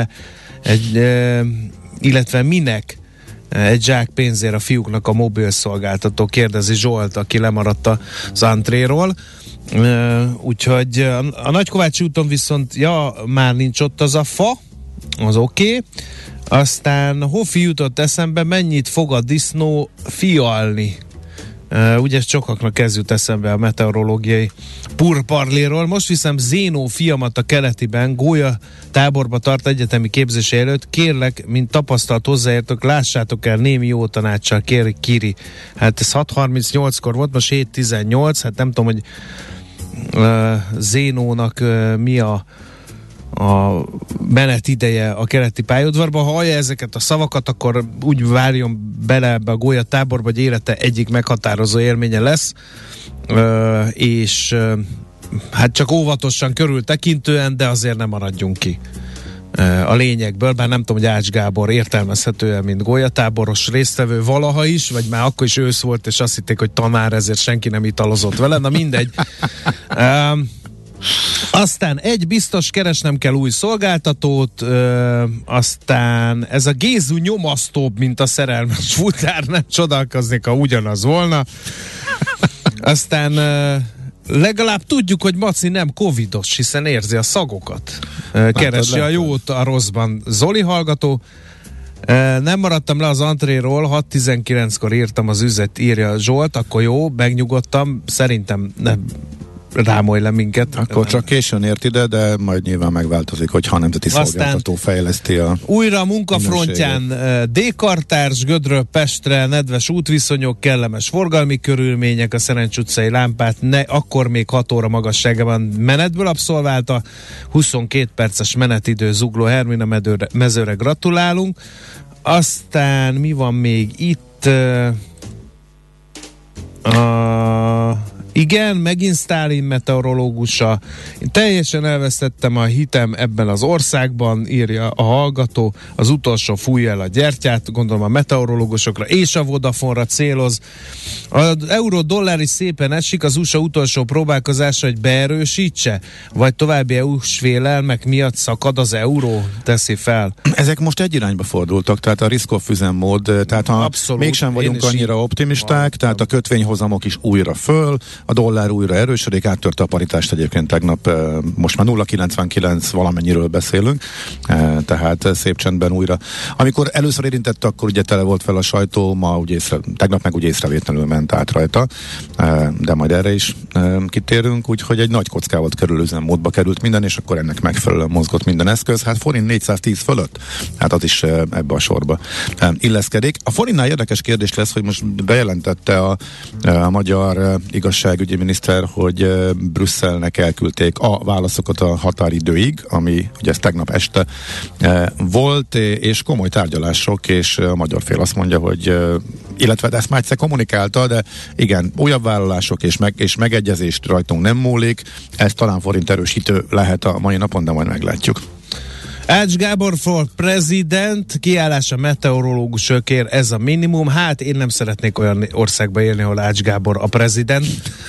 illetve minek egy zsák pénzért a fiúknak a mobil szolgáltató, kérdezi Zsolt, aki lemaradt az antréról. Úgyhogy a Nagykovácsi úton viszont már nincs ott az a fa, az oké. Aztán Hofi jutott eszembe, mennyit fog a disznó fialni? Ugye sokaknak ez jut eszembe a meteorológiai purparléról. Most viszem Zénó fiamat a Keletiben, gólya táborba tart egyetemi képzése előtt. Kérlek, mint tapasztalt hozzáértök, lássátok el némi jó tanácssal, kéri Kiri. Hát ez 6:38-kor volt, most 7:18, hát nem tudom, hogy Zénónak mi a menetideje a keleti pályaudvarban. Ha hallja ezeket a szavakat, akkor úgy várjon bele ebbe a gólya táborba, hogy élete egyik meghatározó élménye lesz, és hát csak óvatosan körültekintően, de azért nem maradjunk ki a lényegből, bár nem tudom, hogy Ács Gábor értelmezhetően, mint gólyatáboros résztvevő valaha is, vagy már akkor is ősz volt, és azt hitték, hogy tanár, ezért senki nem italozott vele, na mindegy. Aztán egy biztos, keresnem kell új szolgáltatót, aztán ez a Gézu nyomasztóbb, mint a szerelmes futár, nem csodálkoznék, ha ugyanaz volna. Aztán legalább tudjuk, hogy Maci nem covidos, hiszen érzi a szagokat. Keresi a jót a rosszban. Zoli hallgató. Nem maradtam le az antréról, 6:19-kor írtam az üzlet, írja Zsolt, akkor jó, megnyugodtam, szerintem nem rámolj le minket. Akkor csak későn ért ide, de majd nyilván megváltozik, hogyha a nemzeti szolgáltató fejleszti a újra a munkafrontján D-kartárs, Gödről Pestre, nedves útviszonyok, kellemes forgalmi körülmények, a Szerencs utcai lámpát akkor még 6 óra magasságában menetből abszolválta, 22 perces menetidő Zugló Hermina mezőre gratulálunk. Aztán mi van még itt? Igen, megint Sztálin meteorológusa. Én teljesen elvesztettem a hitem ebben az országban, írja a hallgató. Az utolsó fújja el a gyertyát, gondolom a meteorológusokra és a Vodafone-ra céloz. Az euró-dollár is szépen esik, az USA utolsó próbálkozása, hogy beerősítse? Vagy további EU-s félelmek miatt szakad az euró? Teszi fel. Ezek most egy irányba fordultak, tehát a risk-off üzemmód, tehát ha abszolút, mégsem vagyunk annyira optimisták, tehát a kötvényhozamok is újra föl, a dollár újra erősödik, áttörte a paritást egyébként tegnap, most már 0,99 valamennyiről beszélünk, tehát szép csendben újra. Amikor először érintette, akkor ugye tele volt fel a sajtó, tegnap meg úgy észrevétlenül ment át rajta, de majd erre is kitérünk, úgyhogy egy nagy kockával kerül üzemmódba került minden, és akkor ennek megfelelően mozgott minden eszköz. Hát forint 410 fölött, hát az is ebbe a sorba illeszkedik. A forintnál érdekes kérdés lesz, hogy most bejelentette a magyar igazságügyi miniszter, hogy Brüsszelnek elküldték a válaszokat a határidőig, ami ugye ez tegnap este volt, és komoly tárgyalások, és a magyar fél azt mondja, hogy illetve ezt már egyszer kommunikálta, de igen, újabb vállalások és megegyezést rajtunk nem múlik, ez talán forint erősítő lehet a mai napon, de majd meglátjuk. Ács Gábor for president, kiállás a meteorológusokért, ez a minimum. Hát én nem szeretnék olyan országba élni, ahol Ács Gábor a prezident.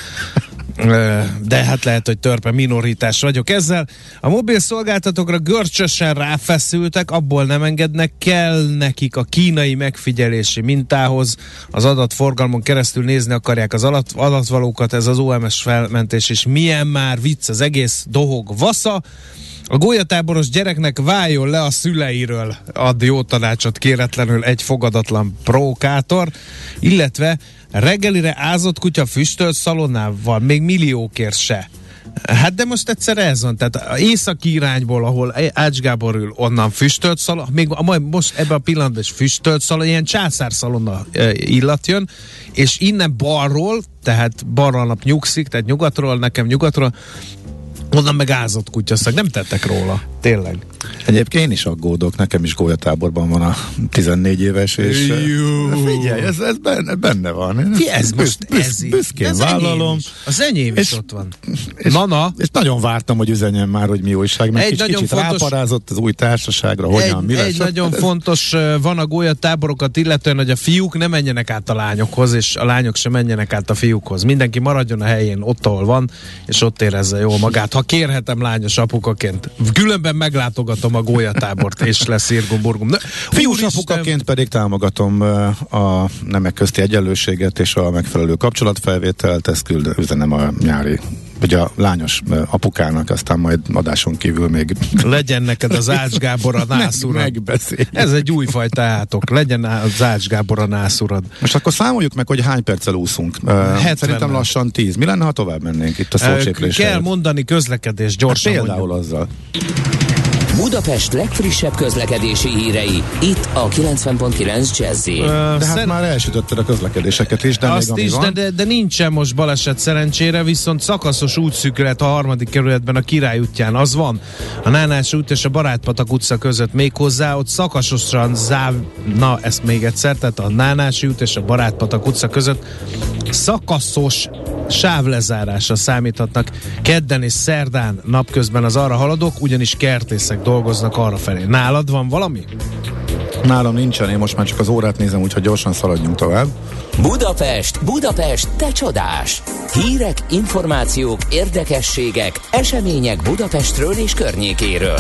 De hát lehet, hogy törpe minoritás vagyok ezzel. A mobil szolgáltatókra görcsösen ráfeszültek, abból nem engednek, kell nekik a kínai megfigyelési mintához. Az adatforgalmon keresztül nézni akarják az adatvalókat, ez az OMS felmentés is. Milyen már vicc, az egész dohog vasza. A gólyatáboros gyereknek váljon le a szüleiről, ad jó tanácsot kéretlenül egy fogadatlan provokátor, illetve reggelire ázott kutya füstölt szalonnával, még milliókért se. Hát de most egyszer ez van, tehát északi irányból, ahol Ács Gábor ül, onnan füstölt szalonna, még most ebben a pillanatban is füstölt szalonna, ilyen császárszalonna illat jön, és innen balról, tehát balra nap nyugszik, tehát nyugatról, nekem nyugatról, onnan meg ázott kutyaszak, nem tettek róla, tényleg. Egyébként én is aggódok, nekem is gólyatáborban van a 14 éves, és figyelj, ez benne van. Büszkén vállalom. Az enyém is ott van. És nagyon vártam, hogy üzenjem már, hogy mi újság, meg kicsit ráparázott az új társaságra, hogyan, mi lesz. Egy nagyon fontos van a gólyatáborokat illetően, hogy a fiúk ne menjenek át a lányokhoz, és a lányok sem menjenek át a fiúkhoz. Mindenki maradjon a helyén, ott, ahol van, és ott érezze jól magát. Ha kérhetem lányos apukaként, különben meglátogatom a gólyatábort, és lesz irgum-burgum. Fiús apukaként pedig támogatom a nemek közti egyenlőséget és a megfelelő kapcsolatfelvételt, ezt üzenem a nyári vagy a lányos apukának, aztán majd adáson kívül még legyen neked az Ács Gábor a nászurad. Megbeszéljük. Ez egy újfajta átok. Legyen az Ács Gábor a nászurad. Most akkor számoljuk meg, hogy hány perccel úszunk. Szerintem lassan 10. Mi lenne, ha tovább mennénk itt a szócséplésre? Kell mondani közlekedés gyorsan. Hát például azzal. Budapest legfrissebb közlekedési hírei, itt a 90.9 Jazzy. De hát már elsütötted a közlekedéseket is, de azt még is, de nincsen most baleset szerencsére, viszont szakaszos útszűkület a 3. kerületben a Király útján, az van. A Nánás út és a Barátpatak utca között méghozzá, ott szakasosan na ezt még egyszer, tehát a Nánási út és a Barátpatak utca között szakaszos sávlezárásra számíthatnak kedden és szerdán napközben az arra haladók, ugyanis kertészek dolgoznak arra felé. Nálad van valami? Nálam nincsen, én most már csak az órát nézem, úgyhogy gyorsan szaladjunk tovább. Budapest, te csodás! Hírek, információk, érdekességek, események Budapestről és környékéről.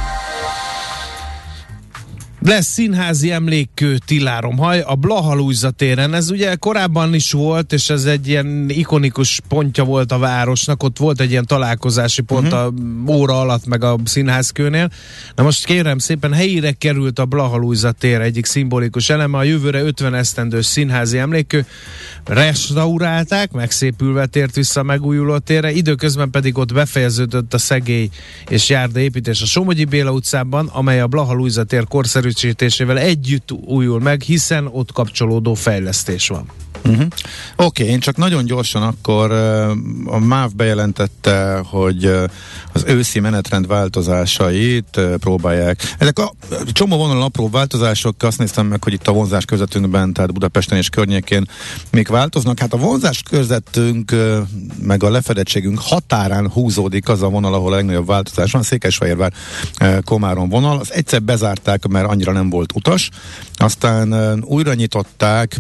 Lesz színházi emlékkő Tilláromhaj a Blaha Lujza téren. Ez ugye korábban is volt, és ez egy ilyen ikonikus pontja volt a városnak. Ott volt egy ilyen találkozási pont a óra alatt, meg a színházkőnél. Na most kérem szépen, helyére került a Blaha Lujza tér egyik szimbolikus eleme. A jövőre 50 esztendős színházi emlékkő. Restaurálták, megszépülve tért vissza a megújuló térre. Időközben pedig ott befejeződött a szegély és járda építés a Somogyi Béla utcában, amely a Blaha Lujza tér korszerűsítésével együtt újul meg, hiszen ott kapcsolódó fejlesztés van. Oké, én csak nagyon gyorsan akkor a MÁV bejelentette, hogy az őszi menetrend változásait próbálják. Ezek a csomó vonalon apró változások, azt néztem meg, hogy itt a vonzás közvetünkben, tehát Budapesten és környékén még változnak. Hát a vonzás közvetünk meg a lefedettségünk határán húzódik az a vonal, ahol a legnagyobb változás van, Székesfehérvár Komárom vonal. Az egyszer bezárták, mert annyira nem volt utas, aztán újra nyitották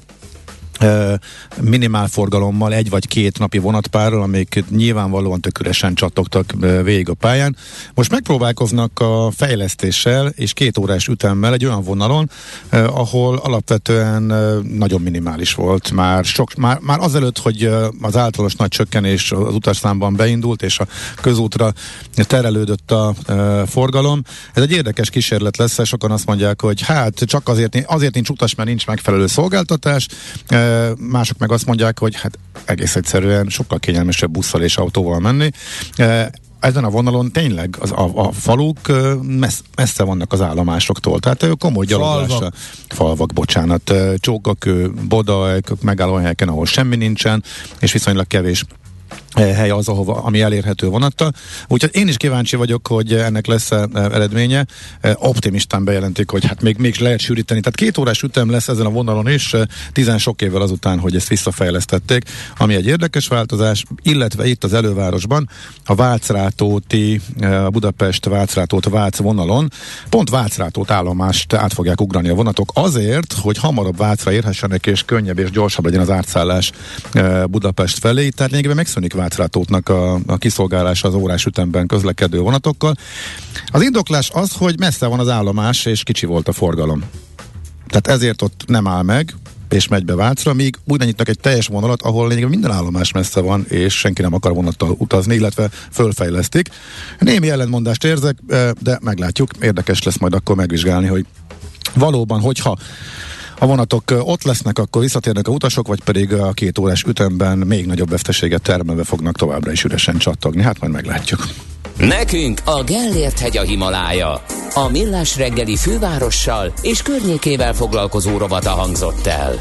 minimál forgalommal, 1 vagy 2 napi vonatpárral, amik nyilvánvalóan tök üresen csattogtak végig a pályán. Most megpróbálkoznak a fejlesztéssel és 2 órás ütemmel egy olyan vonalon, ahol alapvetően nagyon minimális volt. Már azelőtt, hogy az általános nagy csökkenés az utasszámban beindult, és a közútra terelődött a forgalom. Ez egy érdekes kísérlet lesz, sokan azt mondják, hogy hát csak azért nincs utas, mert nincs megfelelő szolgáltatás, mások meg azt mondják, hogy hát egész egyszerűen sokkal kényelmesebb busszal és autóval menni. Ezen a vonalon tényleg a faluk messze vannak az állomásoktól, tehát komoly gyaloglással. Falvak, bocsánat. Csókakő, Bodajk, megállóhelyeken, ahol semmi nincsen, és viszonylag kevés hely az, ami elérhető vonattal. Úgyhogy én is kíváncsi vagyok, hogy ennek lesz eredménye. Optimistán bejelentik, hogy hát még lehet sűríteni. Tehát 2 órás ütem lesz ezen a vonalon is, 10 sok évvel azután, hogy ezt visszafejlesztették, ami egy érdekes változás, illetve itt az elővárosban a Vácrátóti, a Budapest-Vácrátót-Vác vonalon, pont Vácrátót állomást át fogják ugrani a vonatok azért, hogy hamarabb Vácra érhessenek, és könnyebb és gyorsabb legyen az átszállás Budapest felé. Tehát lényegében megszűnik Vácrátótnak a kiszolgálása az órás ütemben közlekedő vonatokkal. Az indoklás az, hogy messze van az állomás, és kicsi volt a forgalom. Tehát ezért ott nem áll meg, és megy be Vácra, míg úgy nyitnak egy teljes vonalat, ahol lényegében minden állomás messze van, és senki nem akar vonattal utazni, illetve fölfejlesztik. Némi ellentmondást érzek, de meglátjuk. Érdekes lesz majd akkor megvizsgálni, hogy valóban, hogyha a vonatok ott lesznek, akkor visszatérnek a utasok, vagy pedig a 2 órás ütemben még nagyobb veszteséget termelve fognak továbbra is üresen csattogni. Hát majd meglátjuk. Nekünk a Gellért-hegy a Himalája. A Millás reggeli fővárossal és környékével foglalkozó rovata hangzott el.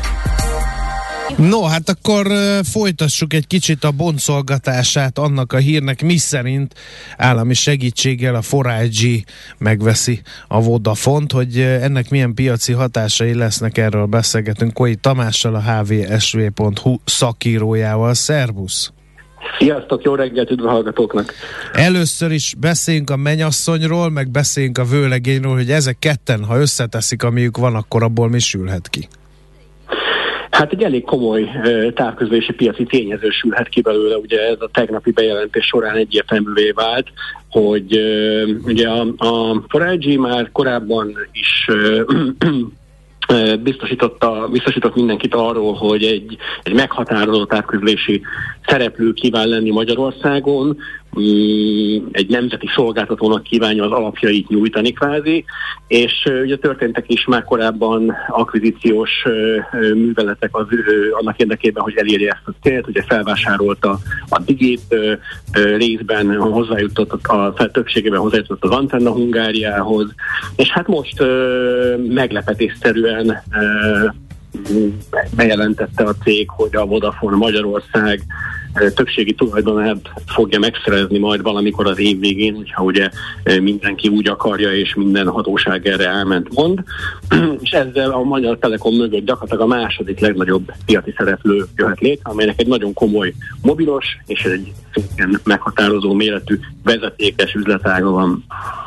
No, hát akkor folytassuk egy kicsit a boncolgatását annak a hírnek, miszerint állami segítséggel a 4G megveszi a Vodafont, hogy ennek milyen piaci hatásai lesznek, erről beszélgetünk Koi Tamással, a hvsv.hu szakírójával. Szervusz! Sziasztok, jó reggelt, üdv a hallgatóknak! Először is beszéljünk a mennyasszonyról, meg beszéljünk a vőlegényről, hogy ezek ketten, ha összeteszik, amiük van, akkor abból mi sülhet ki? Hát egy elég komoly távközlési piaci tényező sülhet ki belőle, ugye ez a tegnapi bejelentés során egyértelművé vált, hogy ugye a 4G már korábban is biztosított mindenkit arról, hogy egy meghatározó távközlési szereplő kíván lenni Magyarországon, egy nemzeti szolgáltatónak kívánja az alapjait nyújtani kvázi, és ugye történtek is már korábban akvizíciós műveletek annak érdekében, hogy elérje ezt a célt, ugye felvásárolta a Digit, részben hozzájutott, többségében hozzájutott az Antenna Hungáriához, és hát most meglepetésszerűen bejelentette a cég, hogy a Vodafone Magyarország többségi tulajdonát fogja megszerezni majd valamikor az év végén, hogyha ugye mindenki úgy akarja, és minden hatóság erre elment mond. És ezzel a Magyar Telekom mögött gyakorlatilag a második legnagyobb piaci szereplő jöhet létre, amelynek egy nagyon komoly mobilos és egy szintén meghatározó méretű vezetékes üzletága van.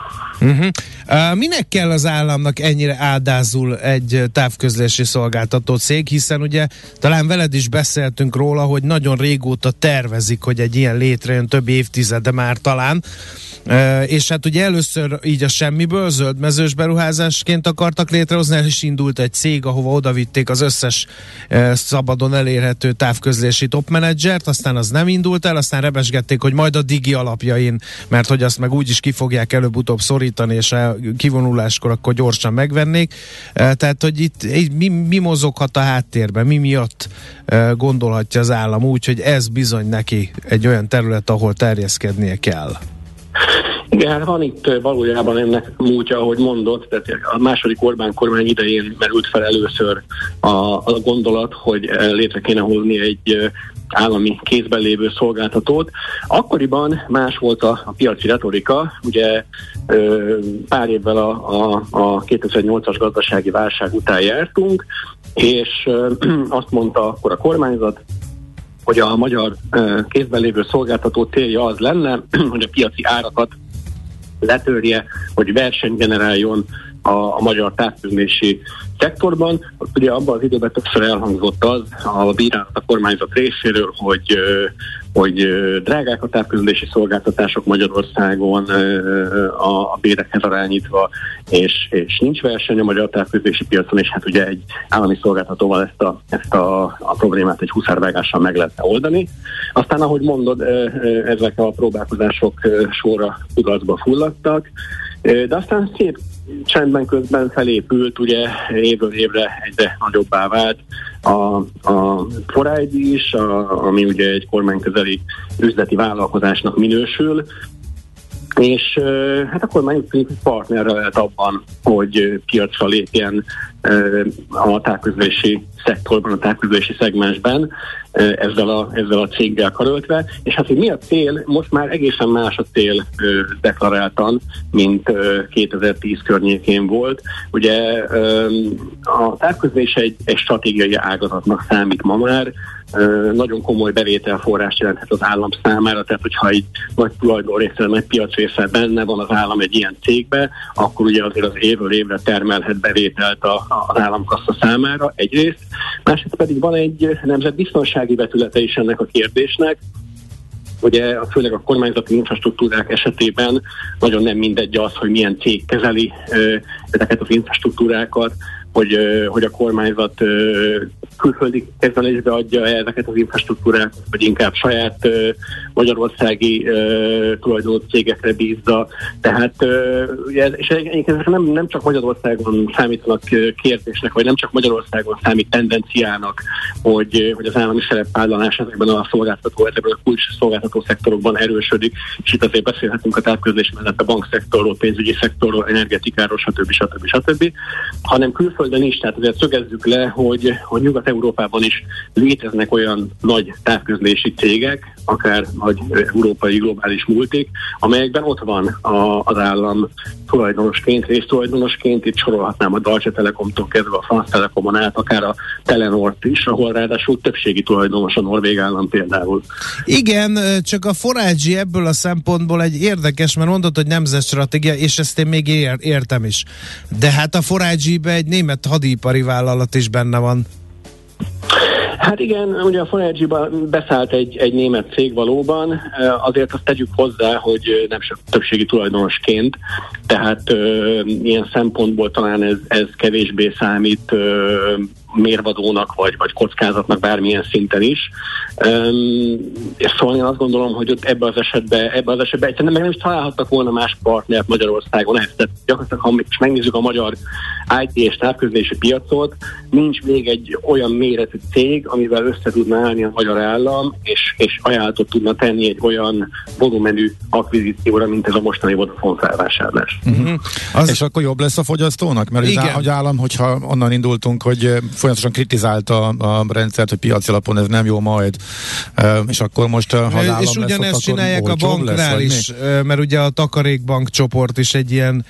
Minek kell az államnak ennyire áldázul egy távközlési szolgáltató cég, hiszen ugye talán veled is beszéltünk róla, hogy nagyon régóta tervezik, hogy egy ilyen létrejön, több évtizede már talán, és hát ugye először így a semmiből zöldmezős beruházásként akartak létrehozni, és indult egy cég, ahova odavitték az összes szabadon elérhető távközlési topmenedzsert, aztán az nem indult el, aztán rebesgették, hogy majd a Digi alapjain, mert hogy azt meg úgyis ki fogják előbb-utóbb szorítani, és a kivonuláskor akkor gyorsan megvennék. Tehát, hogy itt mi mozoghat a háttérben, mi miatt gondolhatja az állam úgy, hogy ez bizony neki egy olyan terület, ahol terjeszkednie kell. Igen, hát van itt valójában ennek múltja, ahogy mondott, tehát a második Orbán kormány idején merült fel először a gondolat, hogy létre kéne hozni egy állami kézben lévő szolgáltatót. Akkoriban más volt a piaci retorika, ugye pár évvel a 2008-as gazdasági válság után jártunk, és azt mondta akkor a kormányzat, hogy a magyar kézben lévő szolgáltató célja az lenne, hogy a piaci árakat letörje, hogy verseny generáljon a magyar távközlési szektorban. Ugye abban az időben többször elhangzott az a bírálat a kormányzat részéről, hogy drágák a távközlési szolgáltatások Magyarországon a bérekhez arányítva, és nincs verseny a magyar távközlési piacon, és hát ugye egy állami szolgáltatóval ezt a problémát egy huszárvágással meg lehetne oldani. Aztán, ahogy mondod, ezek a próbálkozások sorra kudarcba fulladtak, de aztán szép csendben közben felépült, ugye évről évre egyre nagyobbá vált a 4ID is, ami ugye egy kormányközeli üzleti vállalkozásnak minősül, és hát a kormány partnerre lehet abban, hogy piacra lépjen a távközlési szektorban, a távközlési szegmensben, ezzel a céggel karöltve, és hát, hogy mi a cél, most már egészen más a cél deklaráltan, mint 2010 környékén volt. Ugye a távközlés egy stratégiai ágazatnak számít ma már, nagyon komoly bevételforrást jelenthet az állam számára, tehát hogyha egy nagy tulajdonrészsel, nagy piacrészsel benne van az állam egy ilyen cégbe, akkor ugye azért az évről évre termelhet bevételt az államkassa számára egyrészt, másrészt pedig van egy nemzetbiztonsági vetülete is ennek a kérdésnek. Ugye főleg a kormányzati infrastruktúrák esetében nagyon nem mindegy az, hogy milyen cég kezeli ezeket az infrastruktúrákat, hogy a kormányzat külföldi kezelésbe adja ezeket az infrastruktúrákat, vagy inkább saját magyarországi tulajdonú cégekre bízza. Tehát, és ezek nem csak Magyarországon számítanak kérdésnek, vagy nem csak Magyarországon számít tendenciának, hogy az állami szerepvállalás ezekben a kulcs szolgáltató szektorokban erősödik, és itt azért beszélhetünk a távközlés mellett a bankszektorról, pénzügyi szektorról, energetikáról, stb. Hanem külföldön is, tehát azért szögezzük le, hogy Nyugat-Európában is léteznek olyan nagy távközlési cégek, akár nagy európai globális multik, amelyekben ott van az állam tulajdonosként, résztulajdonosként, itt sorolhatnám a Deutsche Telekomtól kezdve a France Telekomon át, akár a Telenort is, ahol ráadásul többségi tulajdonos a norvég állam például. Igen, csak a 4G ebből a szempontból egy érdekes, mert mondod, hogy nemzetstratégia, és ezt én még értem is. De hát a 4G-be egy német hadipari vállalat is benne van. Hát igen, ugye a 4G-ba beszállt egy német cég valóban, azért azt tegyük hozzá, hogy nem többségi tulajdonosként, tehát ilyen szempontból talán ez kevésbé számít mérvadónak, vagy kockázatnak bármilyen szinten is. Szóval én azt gondolom, hogy ott ebben az esetben egyszerűen meg nem is találhattak volna más partnert Magyarországon ezt. Tehát gyakorlatilag, ha most megnézzük a magyar IT és távközlési piacot, nincs még egy olyan méretű cég, amivel össze tudna állni a magyar állam, és ajánlatot tudna tenni egy olyan volumenű akvizícióra, mint ez a mostani Vodafone felvásárlás. És akkor jobb lesz a fogyasztónak? Mert az állam, hogyha onnan indultunk, hogy folyamatosan kritizálta a rendszert, hogy piaci alapon ez nem jó majd, és akkor most ha az állam és ugyanezt csinálják a banknál is, mert ugye a Takarékbank csoport is egy ilyen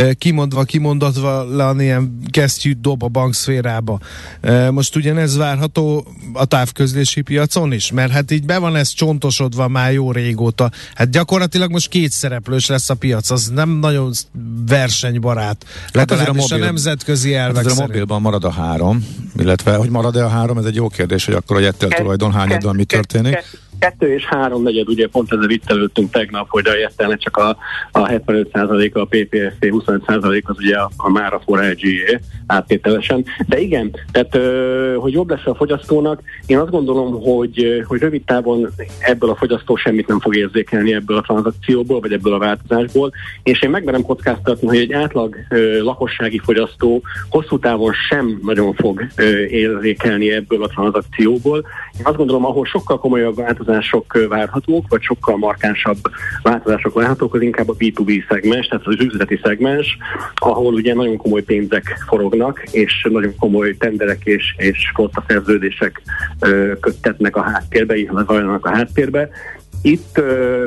kimondatlan ilyen kesztyűt dob a bankszférába. Most ugyanez várható a távközlési piacon is, mert hát így be van ez csontosodva már jó régóta. Hát gyakorlatilag most két szereplős lesz a piac, az nem nagyon versenybarát. Legalábbis a nemzetközi elvek szerint. A mobilban marad a 3, illetve hogy marad-e a 3, ez egy jó kérdés, hogy akkor a Jettel tulajdon hányaddal mi történik? 2 és 3 negyed, ugye pont ezzel viccelődtünk tegnap, hogy a Jettelnek csak a 75%-a, a PPSC 25% az ugye a már a 4G áttételesen. De igen, tehát hogy jobb lesz a fogyasztónak, én azt gondolom, hogy rövid távon ebből a fogyasztó semmit nem fog érzékelni ebből a tranzakcióból, vagy ebből a változásból, és én megmerem kockáztatni, hogy egy átlag lakossági fogyasztó hosszú távon sem nagyon fog érzékelni ebből a tranzakcióból. Én azt gondolom, ahol sokkal komolyabb változások várhatók, vagy sokkal markánsabb változások várhatók, az inkább a B2B szegmens, tehát az üzleti szegmens, ahol ugye nagyon komoly pénzek forognak, és nagyon komoly tenderek és flottaszerződések köttetnek a háttérbe, illetve zajlanak a háttérbe. Itt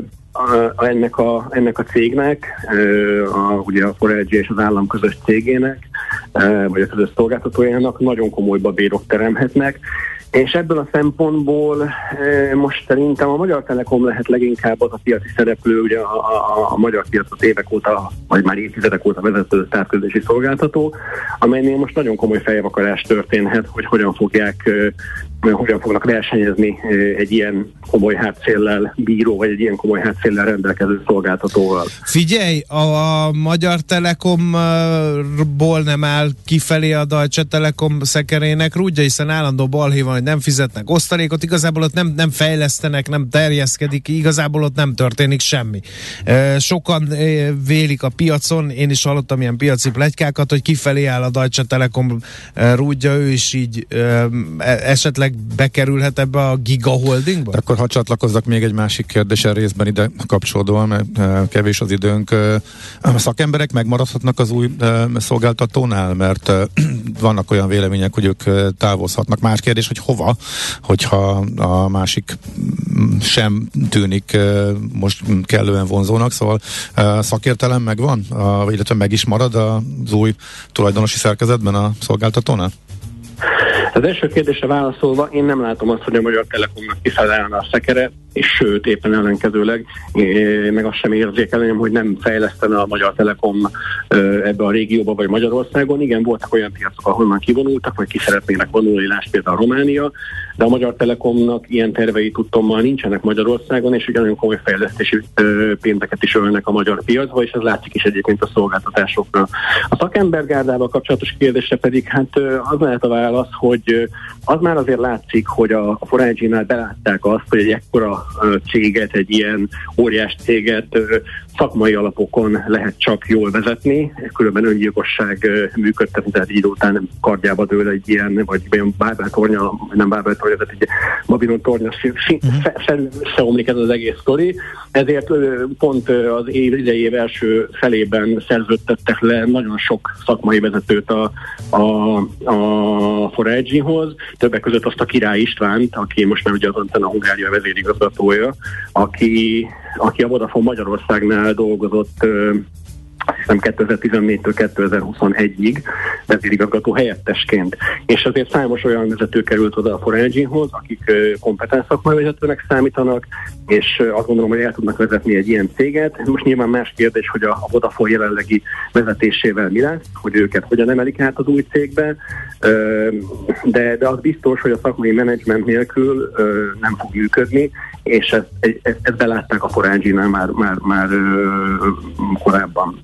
ennek a cégnek, ugye a 4G és az állam közös cégének, vagy a közös szolgáltatójának nagyon komoly babérok teremhetnek, és ebből a szempontból most szerintem a Magyar Telekom lehet leginkább az a piaci szereplő, ugye a magyar piacot évek óta, vagy már évtizedek óta vezető távközlési szolgáltató, amelynél most nagyon komoly fejvakarás történhet, hogy hogyan fognak versenyezni egy ilyen komoly hátszéllel bíró, vagy egy ilyen komoly hátszéllel rendelkező szolgáltatóval. Figyelj, a Magyar Telekomból nem áll kifelé a Deutsche Telekom szekerének rúdja, hiszen állandó balhé van, hogy nem fizetnek osztalékot, igazából ott nem fejlesztenek, nem terjeszkedik, igazából ott nem történik semmi. Sokan vélik a piacon, én is hallottam ilyen piaci pletykákat, hogy kifelé áll a Deutsche Telekom rúdja, ő is így esetleg bekerülhet ebbe a Giga Holdingba? Akkor ha csatlakozzak még egy másik kérdéssel részben ide kapcsolódóan, mert kevés az időnk. A szakemberek megmaradhatnak az új szolgáltatónál, mert vannak olyan vélemények, hogy ők távozhatnak. Más kérdés, hogy hova, hogyha a másik sem tűnik most kellően vonzónak, szóval szakértelem megvan, illetve meg is marad az új tulajdonosi szerkezetben a szolgáltatónál? Az első kérdésre válaszolva, én nem látom azt, hogy a Magyar Telekomnak kiszállna a szekere, és sőt, éppen ellenkezőleg, meg azt sem érzékelem, hogy nem fejlesztene a Magyar Telekom ebbe a régióba, vagy Magyarországon. Igen, voltak olyan piacok, ahonnan kivonultak, vagy ki szeretnének vonulni, lásd például a Románia, de a Magyar Telekomnak ilyen tervei tudtommal nincsenek Magyarországon, és ugyanolyan komoly fejlesztési pénzeket is ölnek a magyar piacba, és ez látszik is egyébként a szolgáltatásokra. A szakembergárdával kapcsolatos kérdésre pedig hát az lehet a válasz, hogy az már azért látszik, hogy a 4G-nál belátták azt, hogy egy ekkora céget, egy ilyen óriás céget szakmai alapokon lehet csak jól vezetni, különben öngyilkosság működtetni, tehát így után kardjába dől egy ilyen, vagy olyan Bábel-tornya, nem Bábel-tornya, tehát egy Babilon tornya összeomlik ez az egész sztori. Ezért pont az idei első felében szerződtettek le nagyon sok szakmai vezetőt a 4G-hoz, többek között azt a Király Istvánt, aki most már ugye az Antena Hungária vezérigazgatója, aki a Vodafone Magyarországnál dolgozott azt hiszem 2014-től 2021-ig vezérigazgató helyettesként. És azért számos olyan vezető került oda a 4G-hoz, akik kompetens szakmai vezetőnek számítanak, és azt gondolom, hogy el tudnak vezetni egy ilyen céget. Most nyilván más kérdés, hogy a Vodafone jelenlegi vezetésével mi lesz, hogy őket hogyan emelik át az új cégbe, de az biztos, hogy a szakmai menedzsment nélkül nem fog működni, és ezt belátták a Forágynál már korábban.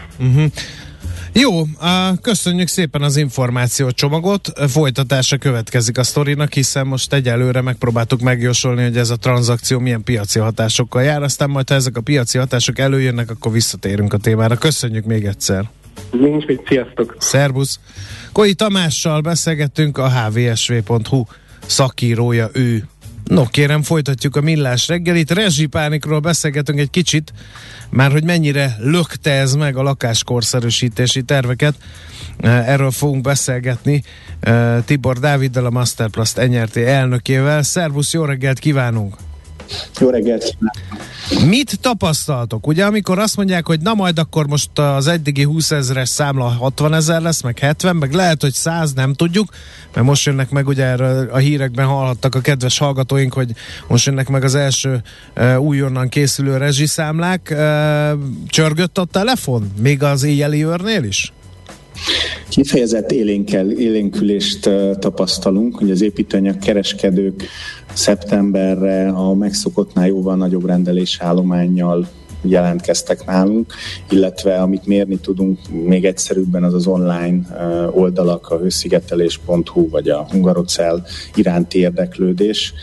Jó, köszönjük szépen az információcsomagot, folytatása következik a sztorinak, hiszen most egyelőre megpróbáltuk megjósolni, hogy ez a tranzakció milyen piaci hatásokkal jár, aztán majd ha ezek a piaci hatások előjönnek, akkor visszatérünk a témára. Köszönjük még egyszer! Nincs mit, sziasztok! Szerbusz! Koi Tamással beszélgettünk, a hvsv.hu szakírója ő. No, kérem, folytatjuk a Millás reggelit. Rezsipánikról beszélgetünk egy kicsit, már hogy mennyire lökte ez meg a lakáskorszerűsítési terveket. Erről fogunk beszélgetni Tibor Dáviddal, a Masterplast NRT elnökével. Szervusz, jó reggelt kívánunk! Jó reggelt kívánok! Mit tapasztaltok? Ugye amikor azt mondják, hogy na majd akkor most az eddigi 20 000-es számla 60 000 lesz, meg 70, meg lehet, hogy 100, nem tudjuk, mert most jönnek meg, ugye erről a hírekben hallhattak a kedves hallgatóink, hogy most jönnek meg az első újonnan készülő rezsiszámlák. Csörgött a telefon? Még az éjjeli őrnél is? Kifejezett élénkülést tapasztalunk, hogy az építőanyag kereskedők szeptemberre a megszokottnál jóval nagyobb rendelésállománnyal jelentkeztek nálunk, illetve amit mérni tudunk még egyszerűbben, az online oldalak, a hőszigetelés.hu vagy a Hungarocell iránti érdeklődés.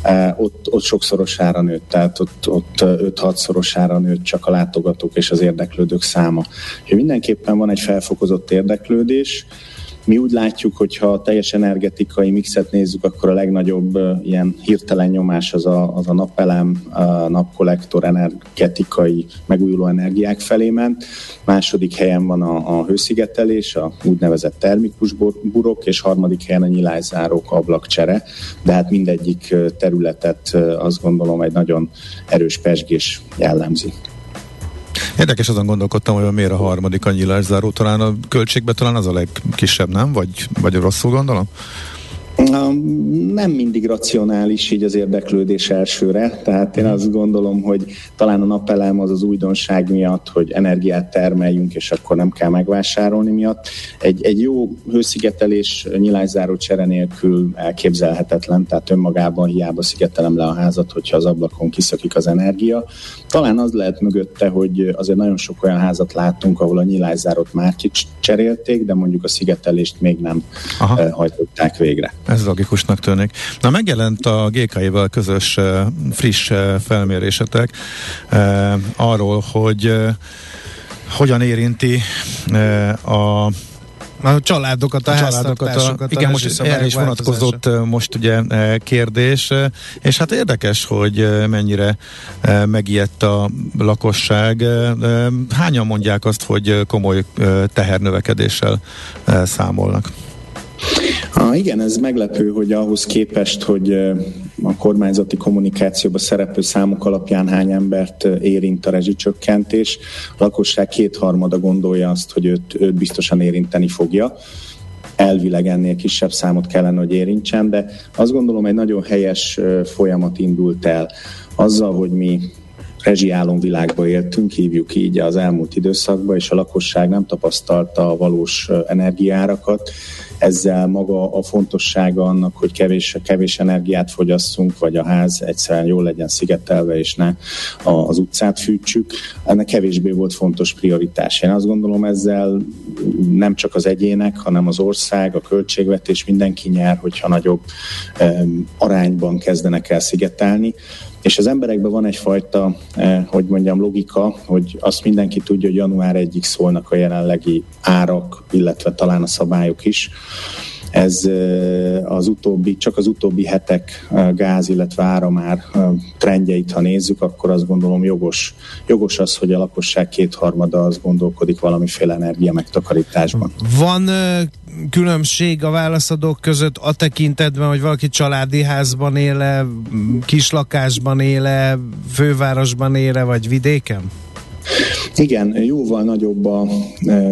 Ott sokszorosára nőtt, tehát ott 5-6-szorosára nőtt csak a látogatók és az érdeklődők száma. Mindenképpen van egy felfokozott érdeklődés. Mi úgy látjuk, hogy ha a teljes energetikai mixet nézzük, akkor a legnagyobb ilyen hirtelen nyomás az a napelem, a napkollektor, energetikai, megújuló energiák felé ment. Második helyen van a hőszigetelés, a úgynevezett termikus burok, és harmadik helyen a nyilászárók, ablakcsere. De hát mindegyik területet azt gondolom egy nagyon erős pezsgés jellemzi. Érdekes, azon gondolkodtam, hogy miért a harmadik a nyilászáró, talán a költségben talán az a legkisebb, nem? Vagy rosszul gondolom? Nem mindig racionális így az érdeklődés elsőre, tehát én azt gondolom, hogy talán a napelem az újdonság miatt, hogy energiát termeljünk, és akkor nem kell megvásárolni miatt. Egy jó hőszigetelés nyilászáró csere nélkül elképzelhetetlen, tehát önmagában hiába szigetelem le a házat, hogyha az ablakon kiszakik az energia. Talán az lehet mögötte, hogy azért nagyon sok olyan házat láttunk, ahol a nyilászárót már kicserélték, de mondjuk a szigetelést még nem hajtották végre. Ez logikusnak tűnik. Na, megjelent a GKI-val közös friss felmérésetek arról, hogy hogyan érinti a családokat, a háztartásokat. Igen, most erre is vonatkozott most ugye kérdés, és hát érdekes, hogy mennyire megijedt a lakosság. Hányan mondják azt, hogy komoly tehernövekedéssel számolnak? Igen, ez meglepő, hogy ahhoz képest, hogy a kormányzati kommunikációban szereplő számok alapján hány embert érint a rezsicsökkentés. A lakosság 2/3 gondolja azt, hogy őt biztosan érinteni fogja. Elvileg ennél kisebb számot kellene, hogy érintsen, de azt gondolom, egy nagyon helyes folyamat indult el. Azzal, hogy mi rezsiálomvilágba éltünk, hívjuk így az elmúlt időszakban, és a lakosság nem tapasztalta a valós energiaárakat. Ezzel maga a fontossága annak, hogy kevés energiát fogyasszunk, vagy a ház egyszerűen jól legyen szigetelve, és ne az utcát fűtsük, ennek kevésbé volt fontos prioritás. Én azt gondolom, ezzel nem csak az egyének, hanem az ország, a költségvetés, mindenki nyer, hogyha nagyobb arányban kezdenek el szigetelni. És az emberekben van egyfajta, hogy mondjam, logika, hogy azt mindenki tudja, hogy január 1-ig szólnak a jelenlegi árak, illetve talán a szabályok is. Ez csak az utóbbi hetek gáz, illetve áramár trendjeit, ha nézzük, akkor azt gondolom jogos az, hogy a lakosság 2/3 az gondolkodik valamiféle energia megtakarításban. Van különbség a válaszadók között a tekintetben, hogy valaki családi házban éle, kislakásban éle, fővárosban éle, vagy vidéken? Igen, jóval nagyobb a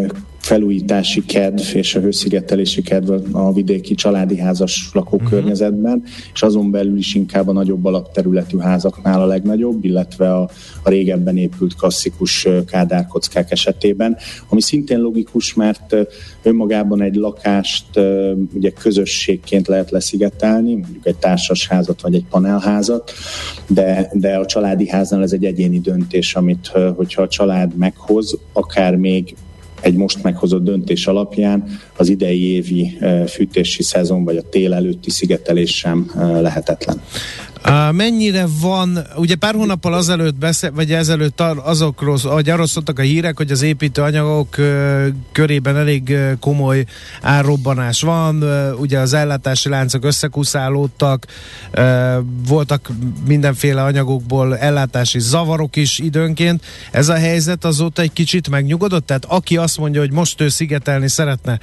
felújítási kedv és a hőszigetelési kedv a vidéki családi házas lakókörnyezetben, és azon belül is inkább a nagyobb alapterületű házaknál a legnagyobb, illetve a régebben épült klasszikus kádárkockák esetében, ami szintén logikus, mert önmagában egy lakást ugye közösségként lehet leszigetelni, mondjuk egy társasházat vagy egy panelházat, de a családi háznál ez egy egyéni döntés, amit hogyha a család meghoz, akár még egy most meghozott döntés alapján az idei évi fűtési szezon vagy a tél előtti szigetelés sem lehetetlen. Mennyire van, ugye pár hónappal ezelőtt azokról, ahogy arról szóltak a hírek, hogy az építőanyagok körében elég komoly árrobbanás van, ugye az ellátási láncok összekuszálódtak, voltak mindenféle anyagokból ellátási zavarok is időnként. Ez a helyzet azóta egy kicsit megnyugodott? Tehát aki azt mondja, hogy most ő szigetelni szeretne,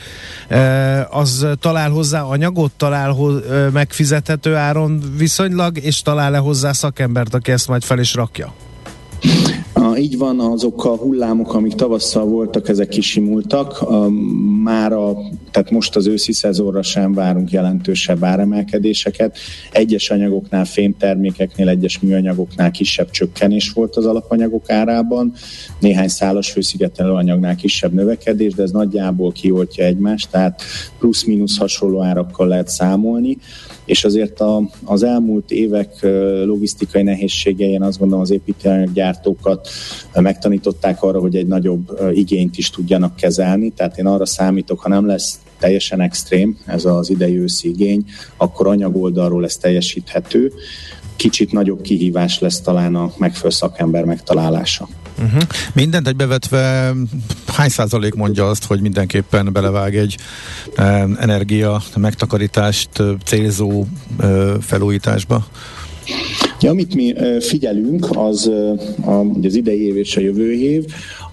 az talál hozzá anyagot, talál megfizethető áron viszonylag, és talál-e hozzá szakembert, aki ezt majd fel is rakja? Így van, azok a hullámok, amik tavasszal voltak, ezek kisimultak. Tehát most az őszi szezonra sem várunk jelentősebb áremelkedéseket. Egyes anyagoknál, fémtermékeknél, egyes műanyagoknál kisebb csökkenés volt az alapanyagok árában. Néhány szálas hőszigetelő anyagnál kisebb növekedés, de ez nagyjából kioltja egymást, tehát plusz-minusz hasonló árakkal lehet számolni. És azért az elmúlt évek logisztikai nehézségei, én azt gondolom, az építőanyaggyártókat megtanították arra, hogy egy nagyobb igényt is tudjanak kezelni, tehát én arra számítok, ha nem lesz teljesen extrém ez az idei őszi igény, akkor anyagoldalról ez teljesíthető. Kicsit nagyobb kihívás lesz talán a megfelelő szakember megtalálása. Mindent egybevetve hány százalék mondja azt, hogy mindenképpen belevág egy energia megtakarítást célzó felújításba? Ja, amit mi figyelünk, az idei év és a jövő év.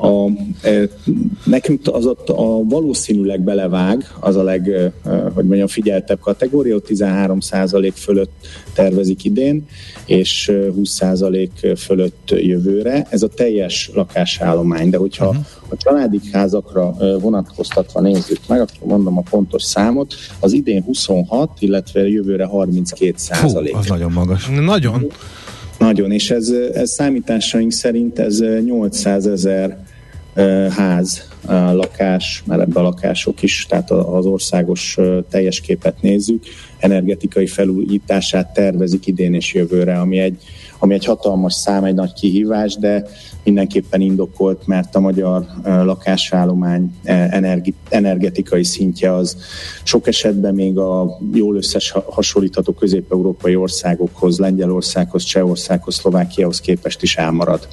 Nekünk az a valószínűleg belevág, az a figyeltebb kategória, 13% fölött tervezik idén, és 20% fölött jövőre. Ez a teljes lakásállomány, de hogyha a családi házakra vonatkoztatva nézzük meg, akkor mondom a pontos számot, az idén 26, illetve jövőre 32%. Az nagyon magas. Nagyon, és ez számításaink szerint ez 800 000 ház, lakás, mert ebben a lakások is, tehát az országos teljes képet nézzük, energetikai felújítását tervezik idén és jövőre, ami egy hatalmas szám, egy nagy kihívás, de mindenképpen indokolt, mert a magyar lakásállomány energetikai szintje az sok esetben még a jól összehasonlítható közép-európai országokhoz, Lengyelországhoz, Csehországhoz, Szlovákiához képest is elmarad.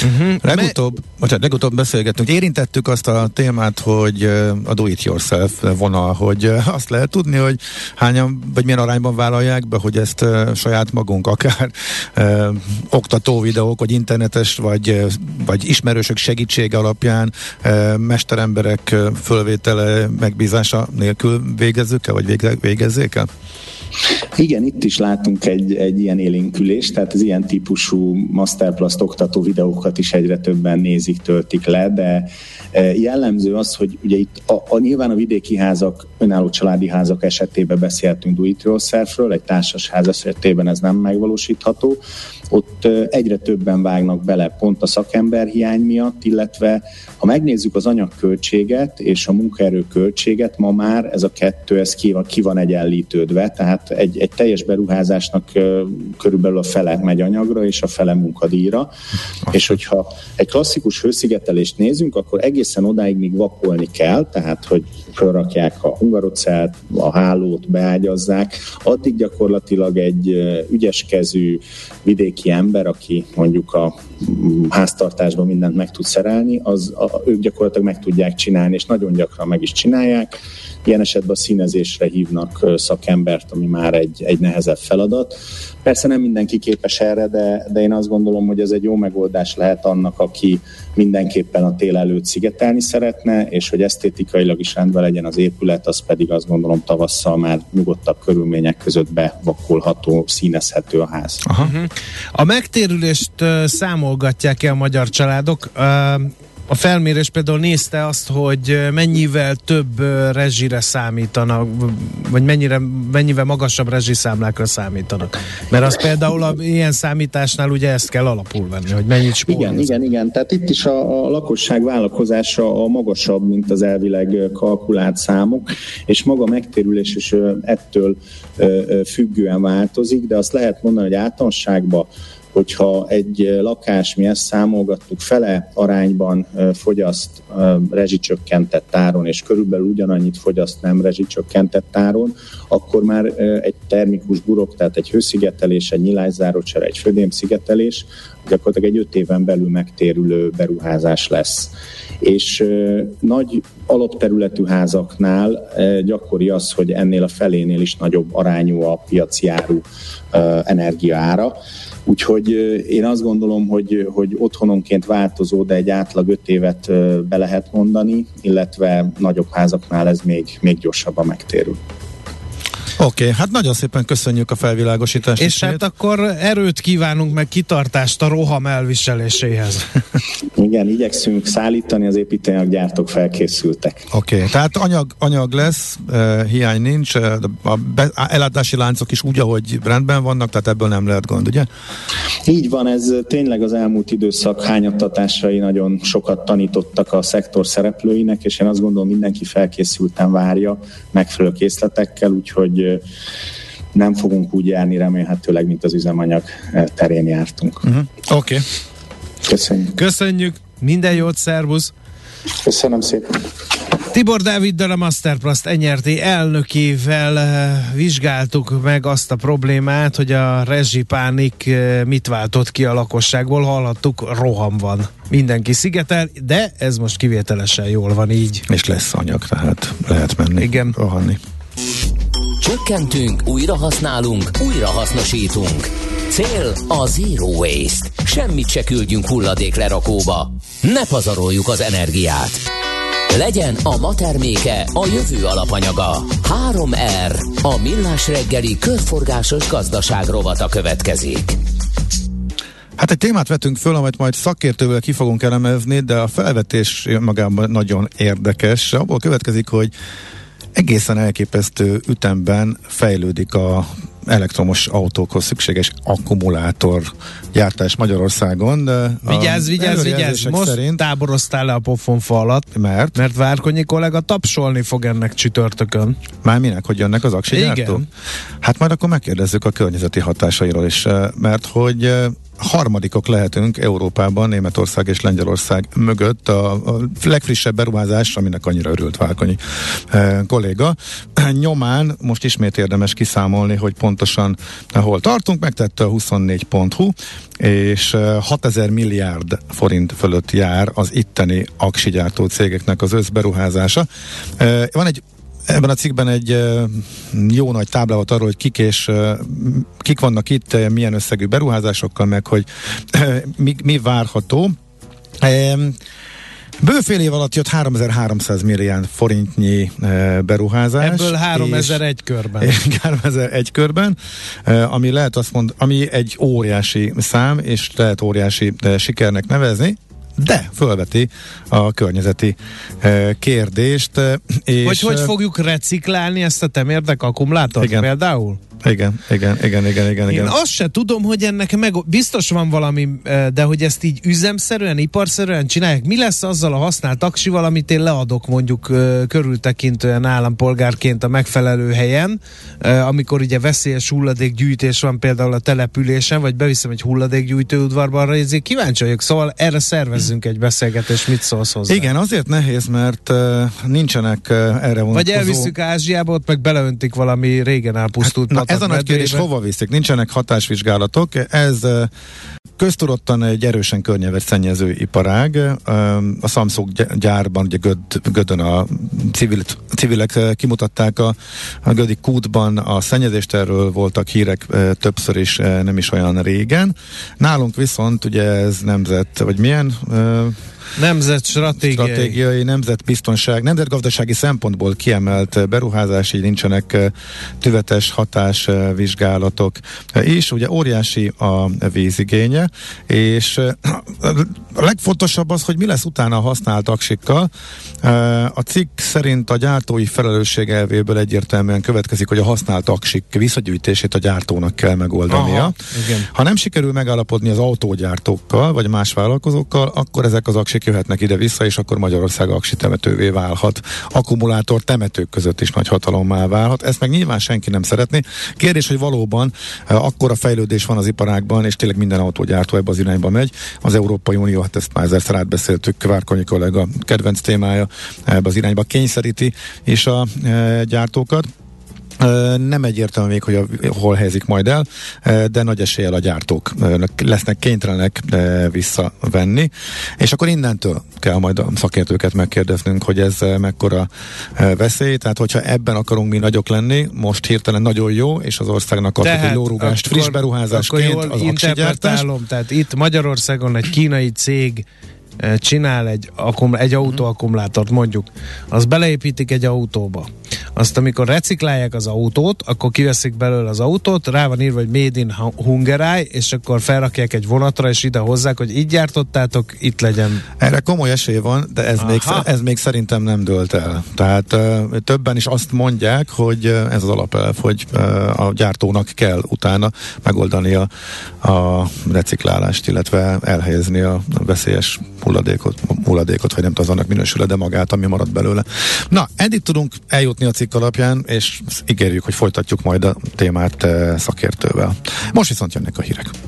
Legutóbb beszélgettünk, érintettük azt a témát, hogy a do-it-yourself vonal, hogy azt lehet tudni, hogy hányan, vagy milyen arányban vállalják be, hogy ezt saját magunk, akár oktató videók, vagy internetes, vagy ismerősök segítsége alapján mesteremberek fölvétele megbízása nélkül végezzük el, vagy végezzék el? Igen, itt is látunk egy ilyen élénkülést, tehát az ilyen típusú masterplast oktató videókat is egyre többen nézik, töltik le, de jellemző az, hogy ugye itt nyilván a vidéki házak, önálló családi házak esetében beszéltünk do-it-yourselfről, egy társasház esetében ez nem megvalósítható. Ott egyre többen vágnak bele pont a szakemberhiány miatt, illetve ha megnézzük az anyagköltséget és a munkaerőköltséget, ma már ez a kettő ki van egyenlítődve, tehát egy teljes beruházásnak körülbelül a fele megy anyagra és a fele munkadíjra, és hogyha egy klasszikus hőszigetelést nézünk, akkor egészen odáig még vakolni kell, tehát hogy felrakják a hungarocelt, a hálót, beágyazzák, addig gyakorlatilag egy ügyeskezű vidéki ember, aki mondjuk a háztartásban mindent meg tud szerelni, ők gyakorlatilag meg tudják csinálni, és nagyon gyakran meg is csinálják. Ilyen esetben a színezésre hívnak szakembert, ami már egy nehezebb feladat. Persze nem mindenki képes erre, de én azt gondolom, hogy ez egy jó megoldás lehet annak, aki mindenképpen a tél előtt szigetelni szeretne, és hogy esztétikailag is rendben legyen az épület, az pedig azt gondolom tavasszal már nyugodtabb körülmények között bevakolható, színezhető a ház. Aha. A megtérülést számolgatják-e a magyar családok? a felmérés például nézte azt, hogy mennyivel több rezsire számítanak, vagy mennyivel magasabb rezsiszámlákra számítanak. Mert az például ilyen számításnál ugye ezt kell alapul venni, hogy mennyit spórolsz. Igen. Tehát itt is a lakosság vállalkozása a magasabb, mint az elvileg kalkulált számok, és maga megtérülés is ettől függően változik, de azt lehet mondani, hogy általánosságban, hogyha egy lakás, mi ezt számolgattuk, fele arányban fogyaszt rezsicsökkentett áron, és körülbelül ugyanannyit fogyaszt nem rezsicsökkentett áron, akkor már egy termikus burok, tehát egy hőszigetelés, egy nyilászárócsere, egy födémszigetelés gyakorlatilag egy 5 éven belül megtérülő beruházás lesz. És nagy alapterületű házaknál gyakori az, hogy ennél a felénél is nagyobb arányú a piaci áru energiaára. Úgyhogy én azt gondolom, hogy otthononként változó, de egy átlag 5 évet be lehet mondani, illetve nagyobb házaknál ez még gyorsabban megtérül. Oké, hát nagyon szépen köszönjük a felvilágosítást. És hát akkor erőt kívánunk, meg kitartást a roham elviseléséhez. Igen, igyekszünk szállítani, az építőanyaggyártók felkészültek. Oké, tehát anyag lesz, hiány nincs, a ellátási láncok is úgy, ahogy rendben vannak, tehát ebből nem lehet gond, ugye? Így van, ez tényleg az elmúlt időszak hányattatásai nagyon sokat tanítottak a szektor szereplőinek, és én azt gondolom, mindenki felkészülten várja megfelelő készletekkel, úgyhogy nem fogunk úgy járni remélhetőleg, mint az üzemanyag terén jártunk. Oké. Köszönjük! Minden jót, szervusz! Köszönöm szépen! Tibor Dáviddal, a Masterplast NRT elnökével vizsgáltuk meg azt a problémát, hogy a rezsipánik mit váltott ki a lakosságból. Hallhattuk, roham van. Mindenki szigetel, de ez most kivételesen jól van így. És lesz anyag, tehát lehet menni. Igen. Rohanni. Csökkentünk, újrahasználunk, újrahasznosítunk. Cél a Zero Waste. Semmit se küldjünk hulladéklerakóba. Ne pazaroljuk az energiát. Legyen a ma terméke a jövő alapanyaga. 3R. A Millás reggeli körforgásos gazdaság rovata következik. Hát egy témát vetünk föl, amit majd szakértővel ki fogunk elemezni, de a felvetés magában nagyon érdekes. Abból következik, hogy egészen elképesztő ütemben fejlődik a elektromos autókhoz szükséges akkumulátor gyártás Magyarországon. Vigyázz! Most szerint táboroztál le a pofonfa alatt. Mert Várkonyi kollega tapsolni fog ennek csütörtökön. Már minek, hogy jönnek az aksi gyártók? Hát majd akkor megkérdezzük a környezeti hatásairól is, mert hogy harmadikok lehetünk Európában, Németország és Lengyelország mögött a legfrissebb beruházás, aminek annyira örült Várkonyi kolléga. Nyomán most ismét érdemes kiszámolni, hogy pontosan hol tartunk, megtette a 24.hu, és 6000 milliárd forint fölött jár az itteni aksigyártó cégeknek az összberuházása. Van ebben a cikkben egy jó nagy táblázat arról, hogy kik vannak itt, milyen összegű beruházásokkal, meg hogy mi várható. Bőfél év alatt jött 3300 milliárd forintnyi beruházás. Ebből 3001 körben. 3001 körben, ami lehet azt mondani, ami egy óriási szám, és lehet óriási sikernek nevezni, de fölveti a környezeti kérdést. És hogy fogjuk reciklálni ezt a temérdek akkumulátort például? Igen. Én azt se tudom, hogy ennek biztos van valami, de hogy ezt így üzemszerűen, iparszerűen csinálják. Mi lesz azzal a használt aksival, amit én leadok mondjuk körültekintően állampolgárként a megfelelő helyen, amikor ugye veszélyes hulladékgyűjtés van például a településen, vagy beviszem egy hulladékgyűjtő udvarba, arra ezért kíváncsi vagyok. Szóval erre szervezzünk egy beszélgetést, mit szólsz hozzá? Igen, azért nehéz, mert nincsenek erre vonatkozó... Vagy elviszük Ázsiába, ott meg beleöntik valami régen elpusztult ez a nagy kérdés, hova viszik? Nincsenek hatásvizsgálatok. Ez köztudottan egy erősen környezetszennyező iparág. A Samsung gyárban, ugye Gödön a civilek kimutatták a gödi kútban a szennyezést, erről voltak hírek többször is, nem is olyan régen. Nálunk viszont ugye ez nemzet, vagy milyen... stratégiai, nemzetbiztonság, nemzetgazdasági szempontból kiemelt beruházás, így nincsenek tüvetes hatásvizsgálatok is. Ugye óriási a vízigénye, és a legfontosabb az, hogy mi lesz utána a használt aksikkal. A cikk szerint a gyártói felelősség elvéből egyértelműen következik, hogy a használt aksik visszagyűjtését a gyártónak kell megoldania. Aha, igen. Ha nem sikerül megállapodni az autógyártókkal, vagy más vállalkozókkal, akkor ezek az aksik jöhetnek ide-vissza, és akkor Magyarország aksi temetővé válhat. Akkumulátor temetők között is nagy hatalommá válhat. Ezt meg nyilván senki nem szeretné. Kérdés, hogy valóban akkora fejlődés van az iparágban, és tényleg minden autógyártó ebbe az irányba megy. Az Európai Unió, hát ezt már ezerszer átbeszéltük, Várkonyi kollega kedvenc témája, ebbe az irányba kényszeríti és a gyártókat. Nem egyértelmű még, hogy hol helyezik majd el, de nagy eséllyel a gyártók lesznek kénytelenek visszavenni, és akkor innentől kell majd a szakértőket megkérdeznünk, hogy ez mekkora veszély, tehát hogyha ebben akarunk mi nagyok lenni, most hirtelen nagyon jó, és az országnak adhat egy lórugást friss beruházásként az aksigyártás. Tehát itt Magyarországon egy kínai cég csinál egy autóakkumulátort, mondjuk, azt beleépítik egy autóba. Azt amikor reciklálják az autót, akkor kiveszik belőle az autót, rá van írva, hogy Made in Hungary, és akkor felrakják egy vonatra, és ide hozzák, hogy így gyártottátok, itt legyen. Erre komoly esély van, de ez még szerintem nem dőlt el. Tehát többen is azt mondják, hogy ez az alapelv, hogy a gyártónak kell utána megoldani a reciklálást, illetve elhelyezni a veszélyes hulladékot, vagy nem tudom, annak minősül, de magát, ami marad belőle. Na, eddig tudunk eljutni a cikk alapján, és ígérjük, hogy folytatjuk majd a témát szakértővel. Most viszont jönnek a hírek.